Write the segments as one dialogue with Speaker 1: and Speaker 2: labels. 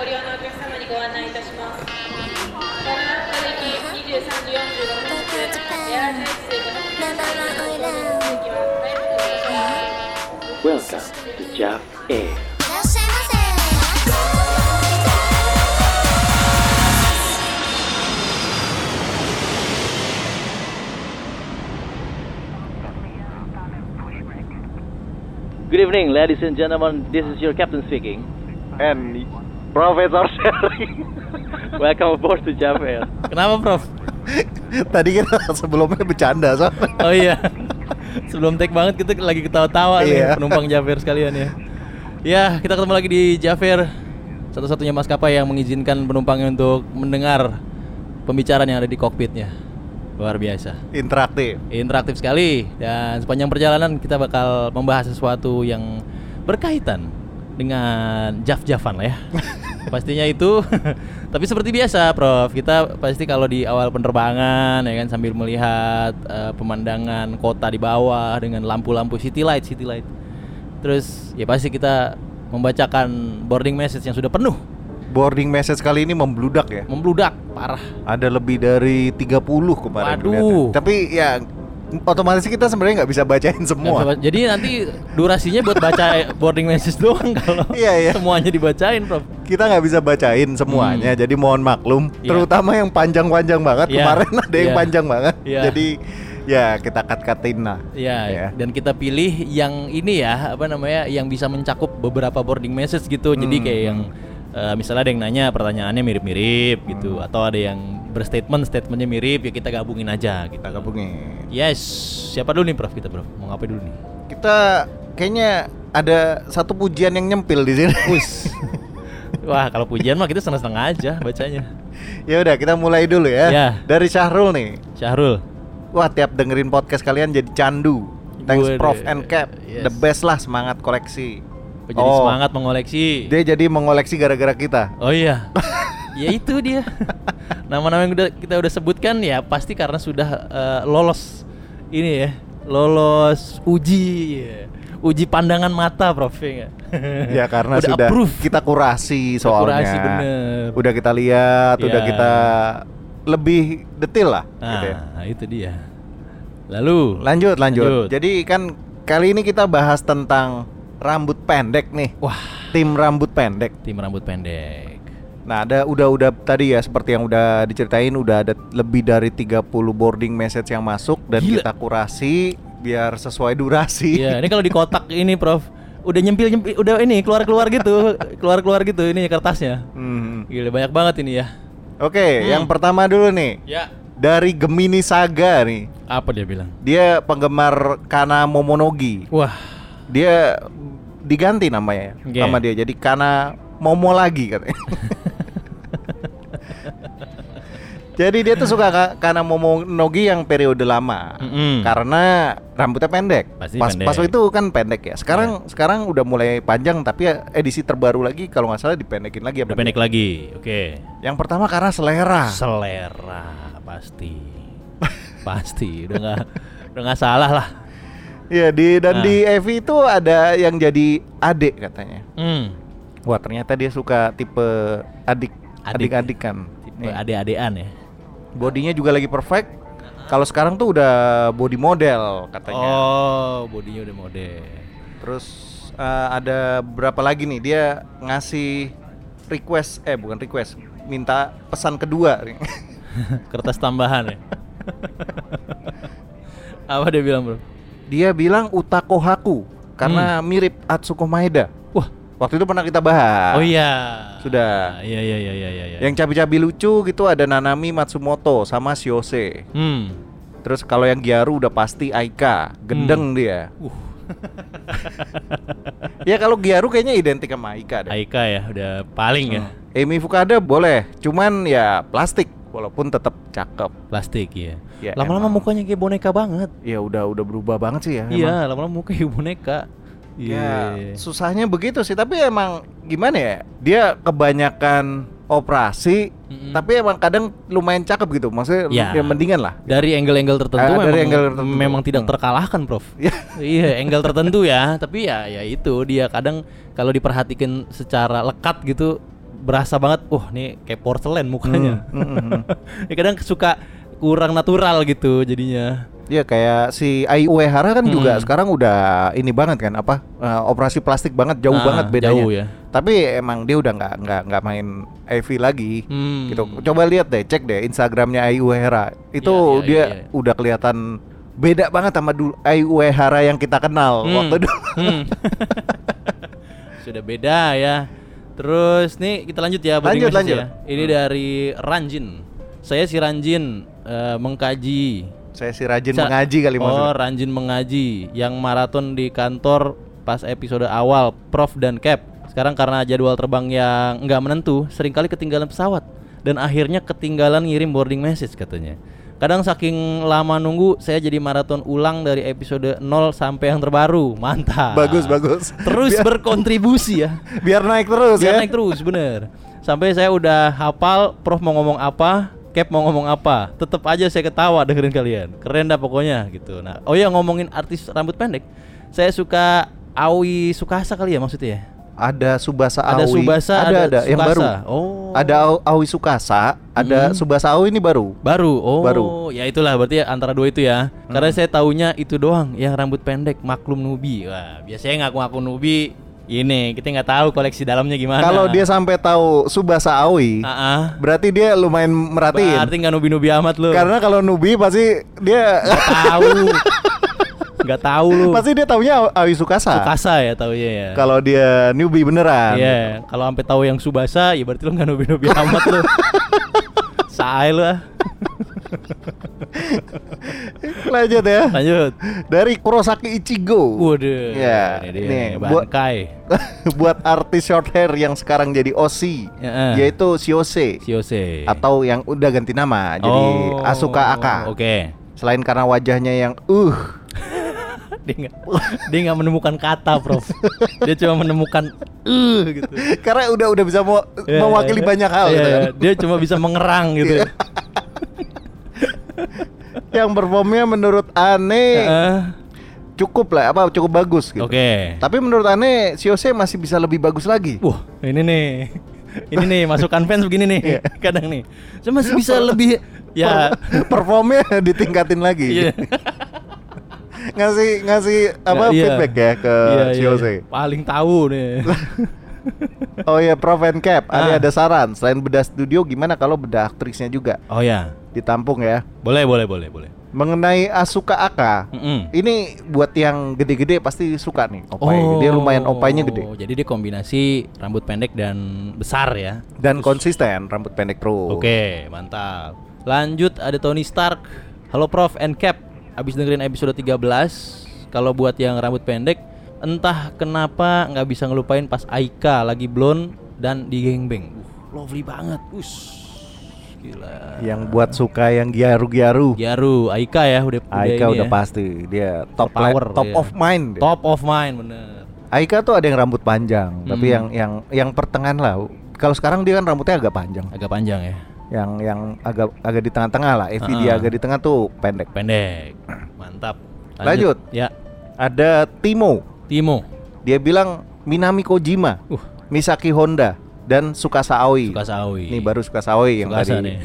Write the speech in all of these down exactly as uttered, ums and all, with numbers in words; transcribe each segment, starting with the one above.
Speaker 1: ご利用のお客様にご案内いたします。この後にじゅうさんじよんじゅうごふん発エアータイプごひゃくきゅうじゅうさんの続きは早くご乗車。
Speaker 2: Welcome to J A F Air.
Speaker 3: Good evening, ladies and gentlemen. This is your captain speaking.
Speaker 4: And Profesor Sherry.
Speaker 3: Welcome aboard to J A F Air. Kenapa, Prof?
Speaker 4: Tadi kita sebelumnya bercanda, so.
Speaker 3: Oh iya. Sebelum take banget kita lagi ketawa-tawa nih,
Speaker 4: Iya.
Speaker 3: penumpang J A F Air sekalian ya. Ya, kita ketemu lagi di J A F Air, satu-satunya maskapai yang mengizinkan penumpangnya untuk mendengar pembicaraan yang ada di kokpitnya. Luar biasa.
Speaker 4: Interaktif.
Speaker 3: Interaktif sekali. Dan sepanjang perjalanan kita bakal membahas sesuatu yang berkaitan dengan jaf-jafan lah ya. Pastinya itu. Tapi seperti biasa, Prof, kita pasti kalau di awal penerbangan ya kan sambil melihat uh, pemandangan kota di bawah dengan lampu-lampu city light, city light. Terus ya pasti kita membacakan boarding message yang sudah penuh.
Speaker 4: Boarding message kali ini membludak ya.
Speaker 3: Membludak parah.
Speaker 4: Ada lebih dari tiga puluh kemarin.
Speaker 3: Waduh.
Speaker 4: Kelihatan. Tapi ya otomatis kita sebenarnya nggak bisa bacain semua.
Speaker 3: Bisa baca- Jadi nanti durasinya buat baca boarding message doang kalau
Speaker 4: Iya, iya.
Speaker 3: semuanya dibacain, Prof.
Speaker 4: Kita nggak bisa bacain semuanya.
Speaker 3: Hmm.
Speaker 4: Jadi mohon maklum.
Speaker 3: Iya.
Speaker 4: Terutama yang panjang-panjang banget.
Speaker 3: Iya.
Speaker 4: Kemarin ada yang
Speaker 3: Iya.
Speaker 4: panjang banget.
Speaker 3: Iya.
Speaker 4: Jadi ya kita cut-cutin lah.
Speaker 3: Ya,
Speaker 4: Ya.
Speaker 3: dan kita pilih yang ini ya, apa namanya, yang bisa mencakup beberapa boarding message gitu. Jadi
Speaker 4: Hmm,
Speaker 3: kayak yang uh, misalnya ada yang nanya pertanyaannya mirip-mirip gitu,
Speaker 4: Hmm.
Speaker 3: atau ada yang berstatement, statementnya mirip, ya kita gabungin aja gitu.
Speaker 4: Kita gabungin.
Speaker 3: Yes, siapa dulu nih, Prof? Kita, Prof, mau ngapain dulu nih?
Speaker 4: Kita kayaknya ada satu pujian yang nyempil di sini.
Speaker 3: Us. Wah, kalau pujian mah kita setengah-setengah aja bacanya.
Speaker 4: Ya udah kita mulai dulu ya.
Speaker 3: Ya.
Speaker 4: Dari Syahrul nih.
Speaker 3: Syahrul.
Speaker 4: Wah, tiap dengerin podcast kalian jadi candu. Thanks
Speaker 3: Waduh,
Speaker 4: Prof and Cap.
Speaker 3: yes.
Speaker 4: The best lah, semangat koleksi.
Speaker 3: Jadi semangat mengoleksi.
Speaker 4: Dia jadi mengoleksi gara-gara kita.
Speaker 3: Oh iya. Ya itu dia. Nama-nama yang udah kita udah sebutkan ya pasti karena sudah uh, lolos ini ya. Lolos uji ya. Uji pandangan mata, Prof. Ya,
Speaker 4: Ya karena
Speaker 3: udah
Speaker 4: sudah
Speaker 3: approve.
Speaker 4: kita kurasi
Speaker 3: Udah
Speaker 4: soalnya.
Speaker 3: kurasi, bener.
Speaker 4: Udah kita lihat,
Speaker 3: Ya.
Speaker 4: udah kita lebih detail lah
Speaker 3: Nah,
Speaker 4: gitu ya.
Speaker 3: itu dia. Lalu
Speaker 4: Lanjut, lanjut,
Speaker 3: Lanjut.
Speaker 4: Jadi kan kali ini kita bahas tentang rambut pendek nih.
Speaker 3: wah,
Speaker 4: Tim rambut pendek.
Speaker 3: tim rambut pendek.
Speaker 4: Nah, ada udah-udah tadi ya seperti yang udah diceritain, udah ada lebih dari tiga puluh boarding message yang masuk dan
Speaker 3: Gila.
Speaker 4: kita kurasi biar sesuai durasi.
Speaker 3: Iya, ini kalau di kotak ini, Prof, udah nyempil-nyempil, udah ini keluar-keluar gitu, keluar-keluar gitu ini kertasnya.
Speaker 4: Hmm.
Speaker 3: Gila, banyak banget ini ya.
Speaker 4: Oke,
Speaker 3: Hmm.
Speaker 4: yang pertama dulu nih.
Speaker 3: Ya.
Speaker 4: Dari Gemini Saga nih.
Speaker 3: Apa dia bilang?
Speaker 4: Dia penggemar Kana Momonogi.
Speaker 3: Wah,
Speaker 4: Dia diganti namanya
Speaker 3: Oke.
Speaker 4: sama dia jadi Kana Momo lagi katanya. Jadi dia tuh suka ka- Kana Momonogi yang periode lama.
Speaker 3: Mm-mm.
Speaker 4: Karena rambutnya pendek.
Speaker 3: Pasti
Speaker 4: pas
Speaker 3: pendek.
Speaker 4: pas itu kan pendek ya. Sekarang sekarang udah mulai panjang tapi ya edisi terbaru lagi kalau nggak salah dipendekin lagi.
Speaker 3: udah
Speaker 4: apa
Speaker 3: pendek
Speaker 4: dia?
Speaker 3: lagi. Oke.
Speaker 4: Yang pertama karena selera.
Speaker 3: Selera pasti. Pasti udah nggak udah nggak salah lah.
Speaker 4: Iya di dan
Speaker 3: Nah.
Speaker 4: di Evi itu ada yang jadi adik katanya.
Speaker 3: Hmm.
Speaker 4: Wah ternyata dia suka tipe adik
Speaker 3: Adik.
Speaker 4: adik-adik kan.
Speaker 3: Tipe ade-adean ya.
Speaker 4: Bodinya juga lagi perfect. Kalau sekarang tuh udah body model katanya.
Speaker 3: Oh, bodinya udah model.
Speaker 4: Terus uh, ada berapa lagi nih dia ngasih request eh bukan request, minta pesan kedua nih.
Speaker 3: Kertas tambahan ya. Apa dia bilang, Bro?
Speaker 4: Dia bilang Utako Haku karena mirip Atsuko Maeda.
Speaker 3: Wah,
Speaker 4: Waktu itu pernah kita bahas.
Speaker 3: oh iya.
Speaker 4: Sudah.
Speaker 3: Iya iya iya iya iya.
Speaker 4: Yang cabi-cabi lucu gitu ada Nanami Matsumoto sama Shiose.
Speaker 3: Hmm.
Speaker 4: Terus kalau yang Gyaru udah pasti Aika, gendeng dia.
Speaker 3: Uh.
Speaker 4: Ya kalau Gyaru kayaknya identik sama Aika deh.
Speaker 3: Aika ya, udah paling ya.
Speaker 4: Amy Fukada boleh, cuman ya plastik walaupun tetap cakep.
Speaker 3: Plastik ya.
Speaker 4: Ya,
Speaker 3: Lama-lama
Speaker 4: emang.
Speaker 3: mukanya kayak boneka banget.
Speaker 4: Ya udah udah berubah banget sih ya.
Speaker 3: Iya, lama-lama muka kayak boneka.
Speaker 4: Ya
Speaker 3: Iya.
Speaker 4: susahnya begitu sih, tapi emang gimana ya? Dia kebanyakan operasi,
Speaker 3: Mm-mm.
Speaker 4: tapi emang kadang lumayan cakep gitu. Maksudnya
Speaker 3: Ya.
Speaker 4: ya mendingan lah.
Speaker 3: Dari angle-angle tertentu
Speaker 4: Ah,
Speaker 3: memang,
Speaker 4: dari angle tertentu.
Speaker 3: memang tidak
Speaker 4: Hmm.
Speaker 3: terkalahkan, Prof.
Speaker 4: Ya.
Speaker 3: Iya, angle tertentu ya. Tapi ya ya itu dia kadang kalau diperhatikan secara lekat gitu berasa banget, wah nih kayak porcelain mukanya.
Speaker 4: Hmm, hmm, hmm.
Speaker 3: Ya kadang suka kurang natural gitu jadinya.
Speaker 4: Iya kayak si Ai Uehara kan
Speaker 3: Hmm.
Speaker 4: juga sekarang udah ini banget kan apa uh, operasi plastik banget jauh
Speaker 3: Ah,
Speaker 4: banget bedanya.
Speaker 3: jauh ya.
Speaker 4: Tapi emang dia udah nggak nggak nggak main I V lagi.
Speaker 3: Hmm.
Speaker 4: Gitu. Coba lihat deh, cek deh Instagramnya Ai Uehara. Itu
Speaker 3: Iya, iya,
Speaker 4: dia
Speaker 3: iya, iya.
Speaker 4: udah kelihatan beda banget sama dulu Ai Uehara yang kita kenal
Speaker 3: Hmm.
Speaker 4: waktu dulu.
Speaker 3: Hmm. Sudah beda ya. Terus nih kita lanjut ya.
Speaker 4: Lanjut,
Speaker 3: message
Speaker 4: lanjut.
Speaker 3: ya. Ini dari Ranjin. Saya si Ranjin eh, mengkaji.
Speaker 4: Saya si rajin
Speaker 3: Sa-
Speaker 4: mengaji kali
Speaker 3: Oh,
Speaker 4: maksudnya.
Speaker 3: Ranjin mengaji yang maraton di kantor pas episode awal Prof dan Cap. Sekarang karena jadwal terbang yang nggak menentu, seringkali ketinggalan pesawat dan akhirnya ketinggalan ngirim boarding message katanya. Kadang saking lama nunggu, saya jadi maraton ulang dari episode nol sampai yang terbaru. Mantap.
Speaker 4: Bagus, bagus.
Speaker 3: Terus
Speaker 4: Biar-
Speaker 3: berkontribusi ya.
Speaker 4: Biar naik terus
Speaker 3: Biar
Speaker 4: ya.
Speaker 3: naik terus, bener. Sampai saya udah hafal Prof mau ngomong apa, Cap mau ngomong apa, tetep aja saya ketawa dengerin kalian. Keren dah pokoknya gitu. Nah, oh ya ngomongin artis rambut pendek, saya suka Aoi Sukasa kali ya maksudnya ya.
Speaker 4: Ada Subasa
Speaker 3: Ada
Speaker 4: Aoi.
Speaker 3: Subasa,
Speaker 4: ada,
Speaker 3: ada
Speaker 4: ada yang
Speaker 3: Sukasa.
Speaker 4: baru.
Speaker 3: Oh.
Speaker 4: Ada Ao- Aoi Sukasa, ada
Speaker 3: Mhm.
Speaker 4: Subasa Aoi ini baru.
Speaker 3: Baru, oh,
Speaker 4: Baru.
Speaker 3: ya itulah berarti antara dua itu ya. Karena saya taunya itu doang, yang rambut pendek, maklum Nubi. Wah, biasanya ngaku-ngaku Nubi. Ini kita nggak tahu koleksi dalamnya gimana.
Speaker 4: Kalau dia sampai tahu Subasa Aoi,
Speaker 3: Ah, ah.
Speaker 4: berarti dia lumayan merhatiin.
Speaker 3: Berarti nggak Nubi-Nubi amat lu.
Speaker 4: Karena kalau Nubi pasti dia
Speaker 3: nggak tahu, nggak tahu lu.
Speaker 4: pasti dia taunya Aoi Sukasa.
Speaker 3: Sukasa ya taunya ya.
Speaker 4: Kalau dia newbie beneran.
Speaker 3: Iya, kalau sampai tahu yang Subasa, ya berarti lu nggak Nubi-Nubi amat lu. Saai lu ah.
Speaker 4: Lanjut ya.
Speaker 3: Lanjut.
Speaker 4: Dari Kurosaki Ichigo.
Speaker 3: Waduh.
Speaker 4: Ya,
Speaker 3: ini dia
Speaker 4: nih,
Speaker 3: nih,
Speaker 4: buat-
Speaker 3: Bankai.
Speaker 4: Buat artis short hair yang sekarang jadi O C,
Speaker 3: Ya, eh.
Speaker 4: yaitu Shiose.
Speaker 3: Shiose.
Speaker 4: Atau yang udah ganti nama jadi
Speaker 3: Oh,
Speaker 4: Asuka Aka.
Speaker 3: Oke.
Speaker 4: Selain karena wajahnya yang uh
Speaker 3: Dia nggak dia nggak menemukan kata, Prof. Dia cuma menemukan uh gitu.
Speaker 4: karena udah udah bisa mau,
Speaker 3: Ya,
Speaker 4: mewakili
Speaker 3: ya,
Speaker 4: banyak hal
Speaker 3: ya,
Speaker 4: gitu kan.
Speaker 3: Dia cuma bisa mengerang gitu.
Speaker 4: Iya. Yang performnya menurut Ane
Speaker 3: Heeh.
Speaker 4: cukup lah, apa cukup bagus gitu.
Speaker 3: Oke.
Speaker 4: Tapi menurut Ane Shiose masih bisa lebih bagus lagi.
Speaker 3: Wah, ini nih. Ini nih masukan fans begini nih.
Speaker 4: Iya.
Speaker 3: Kadang nih. Saya masih bisa lebih ya.
Speaker 4: Per- performnya ditingkatin lagi.
Speaker 3: Iya.
Speaker 4: ngasih ngasih apa
Speaker 3: Iya.
Speaker 4: feedback ya ke
Speaker 3: Iya, iya.
Speaker 4: Shiose.
Speaker 3: Paling tahu nih.
Speaker 4: Oh ya, Prof and Cap,
Speaker 3: Ah.
Speaker 4: Ane ada saran selain bedah studio gimana kalau bedah aktrisnya juga
Speaker 3: Oh ya.
Speaker 4: ditampung ya.
Speaker 3: Boleh, boleh, boleh, boleh.
Speaker 4: Mengenai Asuka Aka,
Speaker 3: Mm-mm.
Speaker 4: ini buat yang gede-gede pasti suka nih opai. Dia lumayan opainya gede
Speaker 3: Jadi dia kombinasi rambut pendek dan besar ya.
Speaker 4: dan konsisten rambut pendek terus.
Speaker 3: Oke, mantap. Lanjut ada Tony Stark. Halo Prof and Cap. Abis dengerin episode tiga belas, kalau buat yang rambut pendek, entah kenapa nggak bisa ngelupain pas Aika lagi blonde dan di gangbang. Uh, lovely banget. Us. Gila.
Speaker 4: Yang buat suka yang giaru-giaru.
Speaker 3: Gyaru, Aika ya udah udah
Speaker 4: Aika
Speaker 3: ini
Speaker 4: udah
Speaker 3: ya.
Speaker 4: pasti dia top
Speaker 3: Power,
Speaker 4: top
Speaker 3: iya.
Speaker 4: of mind. dia.
Speaker 3: Top of mind bener.
Speaker 4: Aika tuh ada yang rambut panjang, tapi
Speaker 3: Hmm.
Speaker 4: yang yang yang pertengahan lah. Kalau sekarang dia kan rambutnya agak panjang.
Speaker 3: Agak panjang ya.
Speaker 4: Yang yang agak agak di tengah-tengah lah. Evi dia
Speaker 3: Ah.
Speaker 4: agak di tengah tuh pendek.
Speaker 3: Pendek. Mantap.
Speaker 4: Lanjut.
Speaker 3: Ya,
Speaker 4: Ada Timo.
Speaker 3: Timo.
Speaker 4: Dia bilang Minami Kojima,
Speaker 3: Uh,
Speaker 4: Misaki Honda, dan Tsukasa Aoi.
Speaker 3: Tsukasa Aoi.
Speaker 4: Ini baru Tsukasa Aoi yang
Speaker 3: Tsukasa
Speaker 4: tadi.
Speaker 3: nih.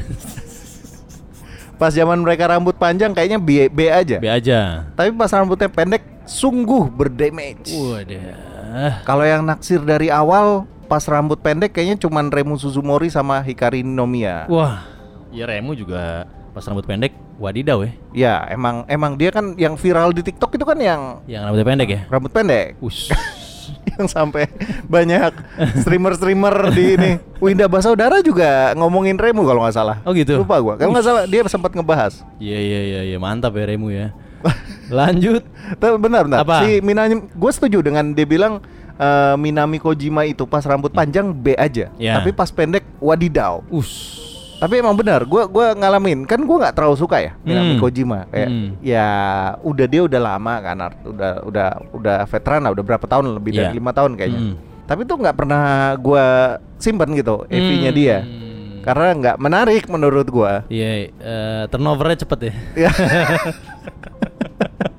Speaker 4: Pas zaman mereka rambut panjang kayaknya B, B aja.
Speaker 3: B aja.
Speaker 4: Tapi pas rambutnya pendek sungguh berdamage.
Speaker 3: Wadah.
Speaker 4: Kalau yang naksir dari awal pas rambut pendek kayaknya cuman Remu Suzumori sama Hikari Nomiya.
Speaker 3: Wah, ya Remu juga pas rambut pendek wadidaw ya.
Speaker 4: Ya, emang emang dia kan yang viral di TikTok itu kan yang
Speaker 3: Yang rambutnya pendek ya.
Speaker 4: rambut pendek.
Speaker 3: Ush.
Speaker 4: Yang sampai banyak streamer-streamer di ini. Winda Basaudara juga ngomongin Remu kalau nggak salah.
Speaker 3: Oh gitu?
Speaker 4: Lupa gua. Kalau nggak salah dia sempat ngebahas.
Speaker 3: Iya iya iya iya mantap ya Remu ya. Lanjut.
Speaker 4: Tapi bentar bentar.
Speaker 3: Apa?
Speaker 4: Si Minami, gue setuju dengan dia bilang eh, Minami Kojima itu pas rambut panjang B aja.
Speaker 3: Ya.
Speaker 4: Tapi pas pendek wadidaw.
Speaker 3: Ush.
Speaker 4: Tapi emang benar, gua gua ngalamin. Kan gua nggak terlalu suka ya Minami
Speaker 3: Hmm.
Speaker 4: Kojima. Kayak
Speaker 3: Hmm.
Speaker 4: ya udah dia udah lama kan, art- udah udah udah veteran lah, udah berapa tahun, lebih dari
Speaker 3: Iya.
Speaker 4: lima tahun kayaknya.
Speaker 3: Hmm.
Speaker 4: Tapi tuh nggak pernah gua simpen gitu E V-nya
Speaker 3: Hmm.
Speaker 4: dia. Karena nggak menarik menurut gua.
Speaker 3: Iya, eh, turnovernya cepet ya.
Speaker 4: Ya.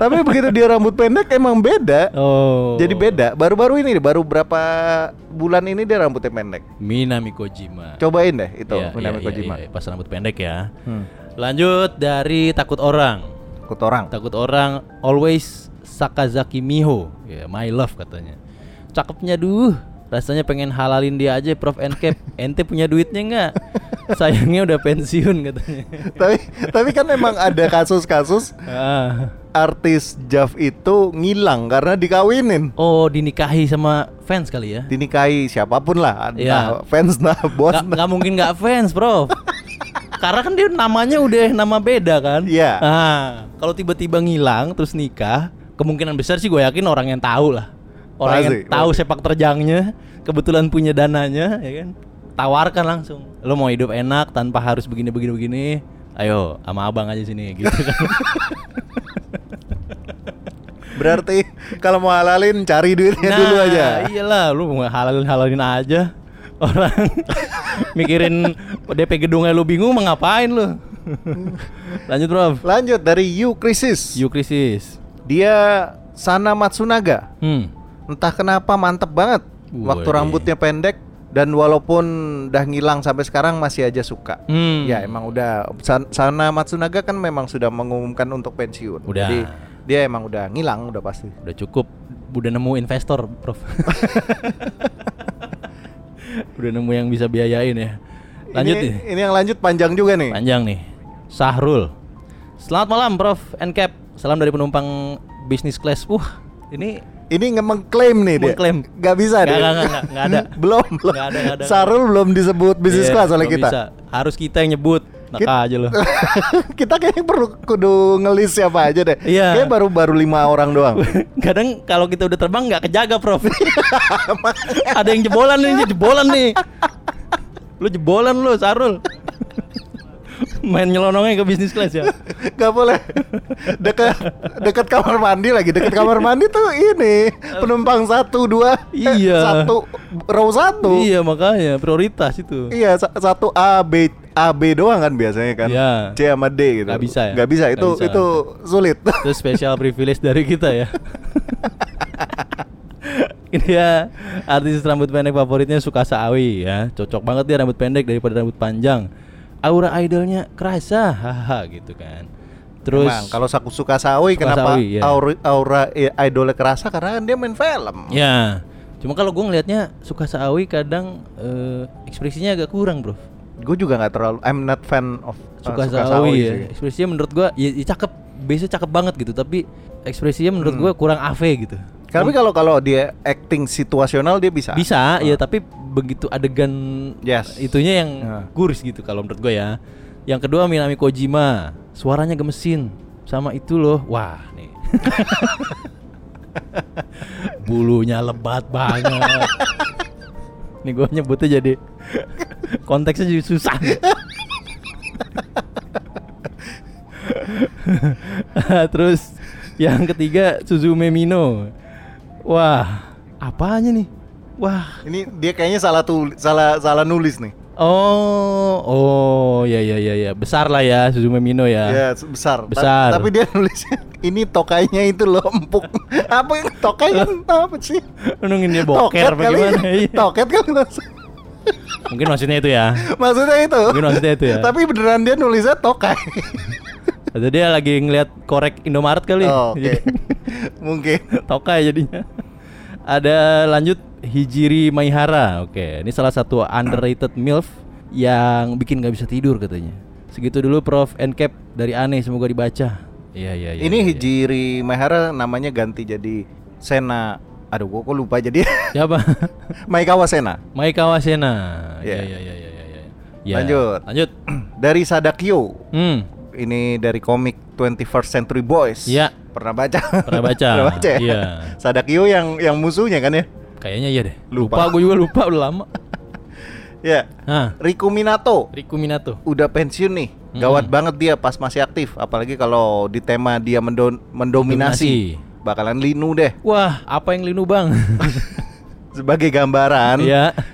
Speaker 4: Tapi begitu dia rambut pendek emang beda.
Speaker 3: Oh.
Speaker 4: Jadi beda. Baru-baru ini, baru berapa bulan ini dia rambutnya pendek.
Speaker 3: Minami Kojima.
Speaker 4: Cobain deh itu
Speaker 3: Iya,
Speaker 4: Minami
Speaker 3: iya,
Speaker 4: Kojima.
Speaker 3: iya, iya. Pas rambut pendek ya.
Speaker 4: Hmm.
Speaker 3: Lanjut dari Takut Orang.
Speaker 4: Takut orang.
Speaker 3: Takut Orang Always Sakazaki Miho. Ya, my love katanya. Cakepnya duh. Rasanya pengen halalin dia aja Prof N-Cap. Ente punya duitnya nggak? Sayangnya udah pensiun katanya.
Speaker 4: tapi tapi kan emang ada kasus-kasus
Speaker 3: Ah.
Speaker 4: artis Jav itu ngilang karena dikawinin.
Speaker 3: Oh, dinikahi sama fans kali ya?
Speaker 4: Dinikahi siapapun lah,
Speaker 3: Iya.
Speaker 4: nah, fans nah bos.
Speaker 3: Nggak, nggak mungkin nggak fans, Prof. Karena kan dia namanya udah nama beda kan?
Speaker 4: Iya.
Speaker 3: Nah, kalau tiba-tiba ngilang terus nikah, kemungkinan besar sih gue yakin orang yang tahu lah. Orang
Speaker 4: Pasti,
Speaker 3: yang tahu
Speaker 4: pasti.
Speaker 3: sepak terjangnya, kebetulan punya dananya, ya kan? Tawarkan langsung. Lo mau hidup enak tanpa harus begini-begini begini? Ayo, sama abang aja sini gitu kan.
Speaker 4: Berarti kalau mau halalin cari duitnya
Speaker 3: Nah,
Speaker 4: dulu aja.
Speaker 3: iyalah, lu mau halalin-halalin aja. Orang mikirin D P gedungnya lu bingung, mau ngapain lu? Lanjut, Prof.
Speaker 4: Lanjut dari You Crisis.
Speaker 3: You Crisis.
Speaker 4: Dia Sana Matsunaga.
Speaker 3: Hmm.
Speaker 4: Entah kenapa mantep banget. Waktu
Speaker 3: Wih.
Speaker 4: rambutnya pendek dan walaupun udah ngilang sampai sekarang masih aja suka.
Speaker 3: Hmm.
Speaker 4: Ya emang udah San- Sana Matsunaga kan memang sudah mengumumkan untuk pensiun.
Speaker 3: Udah.
Speaker 4: Jadi dia emang udah ngilang udah pasti.
Speaker 3: Udah cukup, udah nemu investor, Prof. Udah nemu yang bisa biayain ya. Lanjut
Speaker 4: ini,
Speaker 3: nih.
Speaker 4: ini yang lanjut panjang juga nih.
Speaker 3: Panjang nih. Sahrul. Selamat malam, Prof N-Cap. Salam dari penumpang business class. Wah, ini
Speaker 4: Ini nggak mengklaim nih dia.
Speaker 3: Mengklaim.
Speaker 4: Gak bisa
Speaker 3: Nggak,
Speaker 4: deh.
Speaker 3: nggak, nggak, nggak, nggak ada.
Speaker 4: belum, belum.
Speaker 3: Nggak ada, nggak ada.
Speaker 4: Sarul belum disebut bisnis
Speaker 3: Iya,
Speaker 4: kelas oleh
Speaker 3: belum
Speaker 4: kita.
Speaker 3: bisa. Harus kita yang nyebut. Naka
Speaker 4: Kit-
Speaker 3: aja loh.
Speaker 4: Kita kayaknya perlu kudu ngelis siapa aja deh.
Speaker 3: Iya.
Speaker 4: Kayaknya baru baru lima orang doang.
Speaker 3: Kadang kalau kita udah terbang nggak kejaga, Prof. Ada yang jebolan nih, jebolan nih. Lu jebolan lu, Sarul. Main nyelonongnya ke bisnis kelas ya.
Speaker 4: Gak boleh. Dekat dekat kamar mandi lagi. Dekat kamar mandi tuh ini penumpang satu dua. eh,
Speaker 3: Iya.
Speaker 4: Satu row satu.
Speaker 3: Iya, makanya prioritas itu.
Speaker 4: Iya sa- satu A B A B doang kan biasanya kan.
Speaker 3: Iya.
Speaker 4: C sama D gitu.
Speaker 3: Nggak bisa ya?
Speaker 4: Gak bisa itu
Speaker 3: Nggak bisa.
Speaker 4: itu sulit.
Speaker 3: Itu special privilege dari kita ya. Ini ya artis rambut pendek favoritnya Tsukasa Aoi ya. Cocok banget dia rambut pendek daripada rambut panjang. Aura idolnya kerasa, haha gitu kan. Terus
Speaker 4: Emang kalau aku suka Sawi kenapa
Speaker 3: Sawi, ya.
Speaker 4: aura, aura i- idolnya kerasa karena kan dia main film.
Speaker 3: ya, cuma kalau gue ngelihatnya Tsukasa Aoi kadang eh, ekspresinya agak kurang, Bro.
Speaker 4: Gue juga nggak terlalu I'm not fan of uh,
Speaker 3: Tsukasa Aoi ya. Ekspresinya menurut gue ya, ya cakep, biasanya cakep banget gitu, tapi ekspresinya menurut
Speaker 4: Hmm.
Speaker 3: gue kurang A V gitu.
Speaker 4: Tapi kalau kalau dia acting situasional dia bisa.
Speaker 3: Bisa,
Speaker 4: Ah.
Speaker 3: ya tapi begitu adegan
Speaker 4: Yes.
Speaker 3: itunya yang
Speaker 4: Ya.
Speaker 3: guris gitu kalau menurut gue ya. Yang kedua Minami Kojima, suaranya gemesin sama itu loh. Wah, nih. Bulunya lebat banget. Nih gue nyebutnya jadi konteksnya jadi susah. Terus yang ketiga Suzume Mino. Wah, apanya nih? Wah.
Speaker 4: Ini dia kayaknya salah tulis, salah salah nulis nih.
Speaker 3: Oh, oh, ya ya ya ya. Besar lah ya Suzume Mino ya.
Speaker 4: Ya se- besar. Ta-
Speaker 3: Besar.
Speaker 4: tapi dia nulisnya ini tokainya itu loh empuk. Apa yang tokai apa sih?
Speaker 3: Nungguin dia boker apa
Speaker 4: kali.
Speaker 3: gimana? Iya.
Speaker 4: Toket kali maksud-
Speaker 3: Mungkin maksudnya itu ya.
Speaker 4: maksudnya itu.
Speaker 3: Mungkin maksudnya itu ya.
Speaker 4: Tapi beneran dia nulisnya tokai.
Speaker 3: Atau dia lagi ngeliat korek Indomaret kali.
Speaker 4: Oh, oke.
Speaker 3: Jadi
Speaker 4: Mungkin.
Speaker 3: tokai jadinya. Ada lanjut Hijiri Maihara. Oke, ini salah satu underrated MILF yang bikin nggak bisa tidur katanya. Segitu dulu Prof N-Cap dari Aneh, semoga dibaca. Iya iya iya.
Speaker 4: Ini
Speaker 3: iya.
Speaker 4: Hijiri Maihara namanya ganti jadi Sena. Aduh, gua kok lupa jadi.
Speaker 3: Siapa?
Speaker 4: Maekawa Sena.
Speaker 3: Maekawa Sena. Iya
Speaker 4: Iya.
Speaker 3: iya iya iya iya. Ya.
Speaker 4: Lanjut.
Speaker 3: Lanjut.
Speaker 4: Dari Sadakyo.
Speaker 3: Hmm.
Speaker 4: Ini dari komik twenty-first Century Boys.
Speaker 3: Iya.
Speaker 4: Pernah baca?
Speaker 3: Pernah baca.
Speaker 4: Pernah baca ya?
Speaker 3: Iya.
Speaker 4: Sadakyo yang yang musuhnya kan ya?
Speaker 3: Kayaknya iya deh.
Speaker 4: Lupa.
Speaker 3: Lupa, gue juga lupa udah lama.
Speaker 4: Ya.
Speaker 3: Nah,
Speaker 4: Riku Minato
Speaker 3: Riku Minato.
Speaker 4: udah pensiun nih. Gawat banget dia pas masih aktif, apalagi kalau di tema dia mendo- mendominasi. Bakalan linu deh.
Speaker 3: Wah, apa yang linu bang?
Speaker 4: Sebagai gambaran,
Speaker 3: Iya.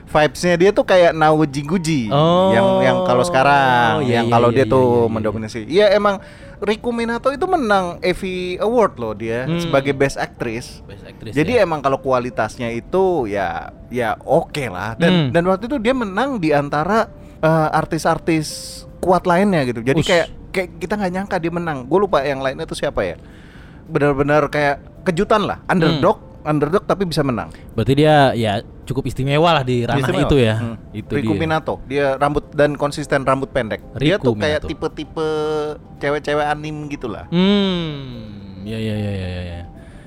Speaker 4: vibes-nya dia tuh kayak Naoji Guji
Speaker 3: Oh.
Speaker 4: yang yang kalau sekarang,
Speaker 3: Iya,
Speaker 4: yang
Speaker 3: iya,
Speaker 4: kalau
Speaker 3: iya,
Speaker 4: dia
Speaker 3: iya,
Speaker 4: tuh
Speaker 3: iya, iya.
Speaker 4: mendominasi. Iya emang Riku Minato itu menang Evie Award loh dia
Speaker 3: Hmm.
Speaker 4: sebagai Best Actress.
Speaker 3: Best actress,
Speaker 4: Jadi
Speaker 3: ya.
Speaker 4: emang kalau kualitasnya itu ya ya oke lah. Dan
Speaker 3: Hmm.
Speaker 4: dan waktu itu dia menang di antara eh, artis-artis kuat lainnya gitu. Jadi
Speaker 3: Ush.
Speaker 4: kayak kayak kita nggak nyangka dia menang. Gue lupa yang lainnya itu siapa ya. Benar-benar kayak kejutan lah, underdog, underdog tapi bisa menang.
Speaker 3: Berarti dia ya cukup istimewa lah di ranah
Speaker 4: Istimewa.
Speaker 3: itu ya.
Speaker 4: Hmm.
Speaker 3: Itu
Speaker 4: Riku
Speaker 3: dia.
Speaker 4: Minato, dia rambut dan konsisten rambut pendek. Dia
Speaker 3: Riku
Speaker 4: tuh kayak
Speaker 3: Minato.
Speaker 4: tipe-tipe cewek-cewek anim gitulah.
Speaker 3: Hmm. Ya ya ya ya ya.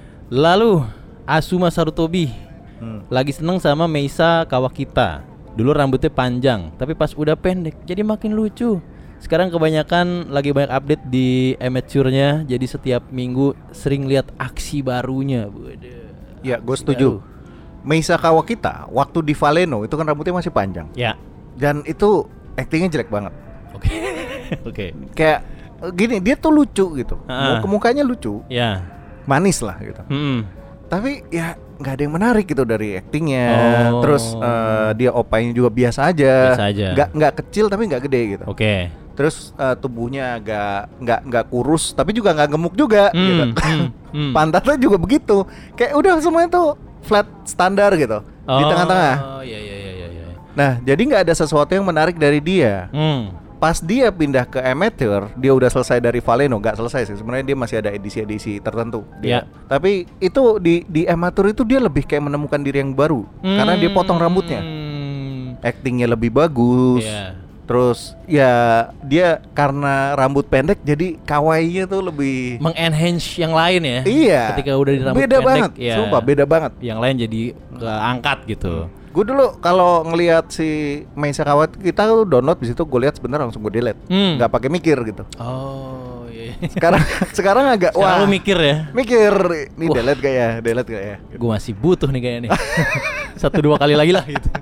Speaker 3: Lalu Asuma Sarutobi
Speaker 4: Hmm.
Speaker 3: lagi seneng sama Meisa Kawakita. Dulu rambutnya panjang, tapi pas udah pendek jadi makin lucu. Sekarang kebanyakan lagi banyak update di amateur-nya, jadi setiap minggu sering lihat aksi barunya. Waduh.
Speaker 4: Ya, gue setuju. Meisa Kawakita waktu di Valeno itu kan rambutnya masih panjang.
Speaker 3: Ya.
Speaker 4: Dan itu actingnya jelek banget.
Speaker 3: Oke. Oke.
Speaker 4: Kayak eh, gini, dia tuh lucu gitu.
Speaker 3: Ah.
Speaker 4: Muka- Mukanya lucu,
Speaker 3: Ya.
Speaker 4: manis lah gitu.
Speaker 3: Hmm.
Speaker 4: Tapi ya nggak ada yang menarik gitu dari actingnya.
Speaker 3: Oh.
Speaker 4: Terus eh, dia opainya juga biasa aja.
Speaker 3: Biasa aja.
Speaker 4: Nggak nggak kecil tapi nggak gede gitu.
Speaker 3: Oke.
Speaker 4: Terus eh, tubuhnya agak nggak nggak kurus tapi juga nggak gemuk juga
Speaker 3: Hmm,
Speaker 4: gitu.
Speaker 3: hmm, hmm.
Speaker 4: Pantatnya juga begitu. Kayak udah semuanya tuh flat standar gitu di tengah-tengah.
Speaker 3: Oh iya iya iya iya.
Speaker 4: Nah jadi nggak ada sesuatu yang menarik dari dia.
Speaker 3: Hmm.
Speaker 4: Pas dia pindah ke amateur, dia udah selesai dari Valeno, nggak selesai sih sebenarnya, dia masih ada edisi-edisi tertentu. Dia.
Speaker 3: Ya.
Speaker 4: Tapi itu di di amateur itu dia lebih kayak menemukan diri yang baru karena dia potong rambutnya,
Speaker 3: Hmm.
Speaker 4: actingnya lebih bagus.
Speaker 3: Iya.
Speaker 4: Terus ya dia karena rambut pendek jadi kawaiinya tuh lebih
Speaker 3: Mengenhance yang lain ya.
Speaker 4: iya.
Speaker 3: Ketika udah di rambut
Speaker 4: beda
Speaker 3: pendek,
Speaker 4: banget,
Speaker 3: ya.
Speaker 4: sumpah beda banget.
Speaker 3: Yang lain jadi keangkat gitu.
Speaker 4: Gue dulu kalau ngelihat si Meisa Kawakita kita tuh download di situ, gue lihat sebentar langsung gue delete,
Speaker 3: Hmm.
Speaker 4: nggak pakai mikir gitu.
Speaker 3: Oh iya.
Speaker 4: Sekarang sekarang agak wah
Speaker 3: Sekarang lu mikir ya.
Speaker 4: mikir ini
Speaker 3: Wah.
Speaker 4: delete gak ya, delete gak ya.
Speaker 3: Gue masih butuh nih kayaknya nih. Satu dua kali lagi lah gitu.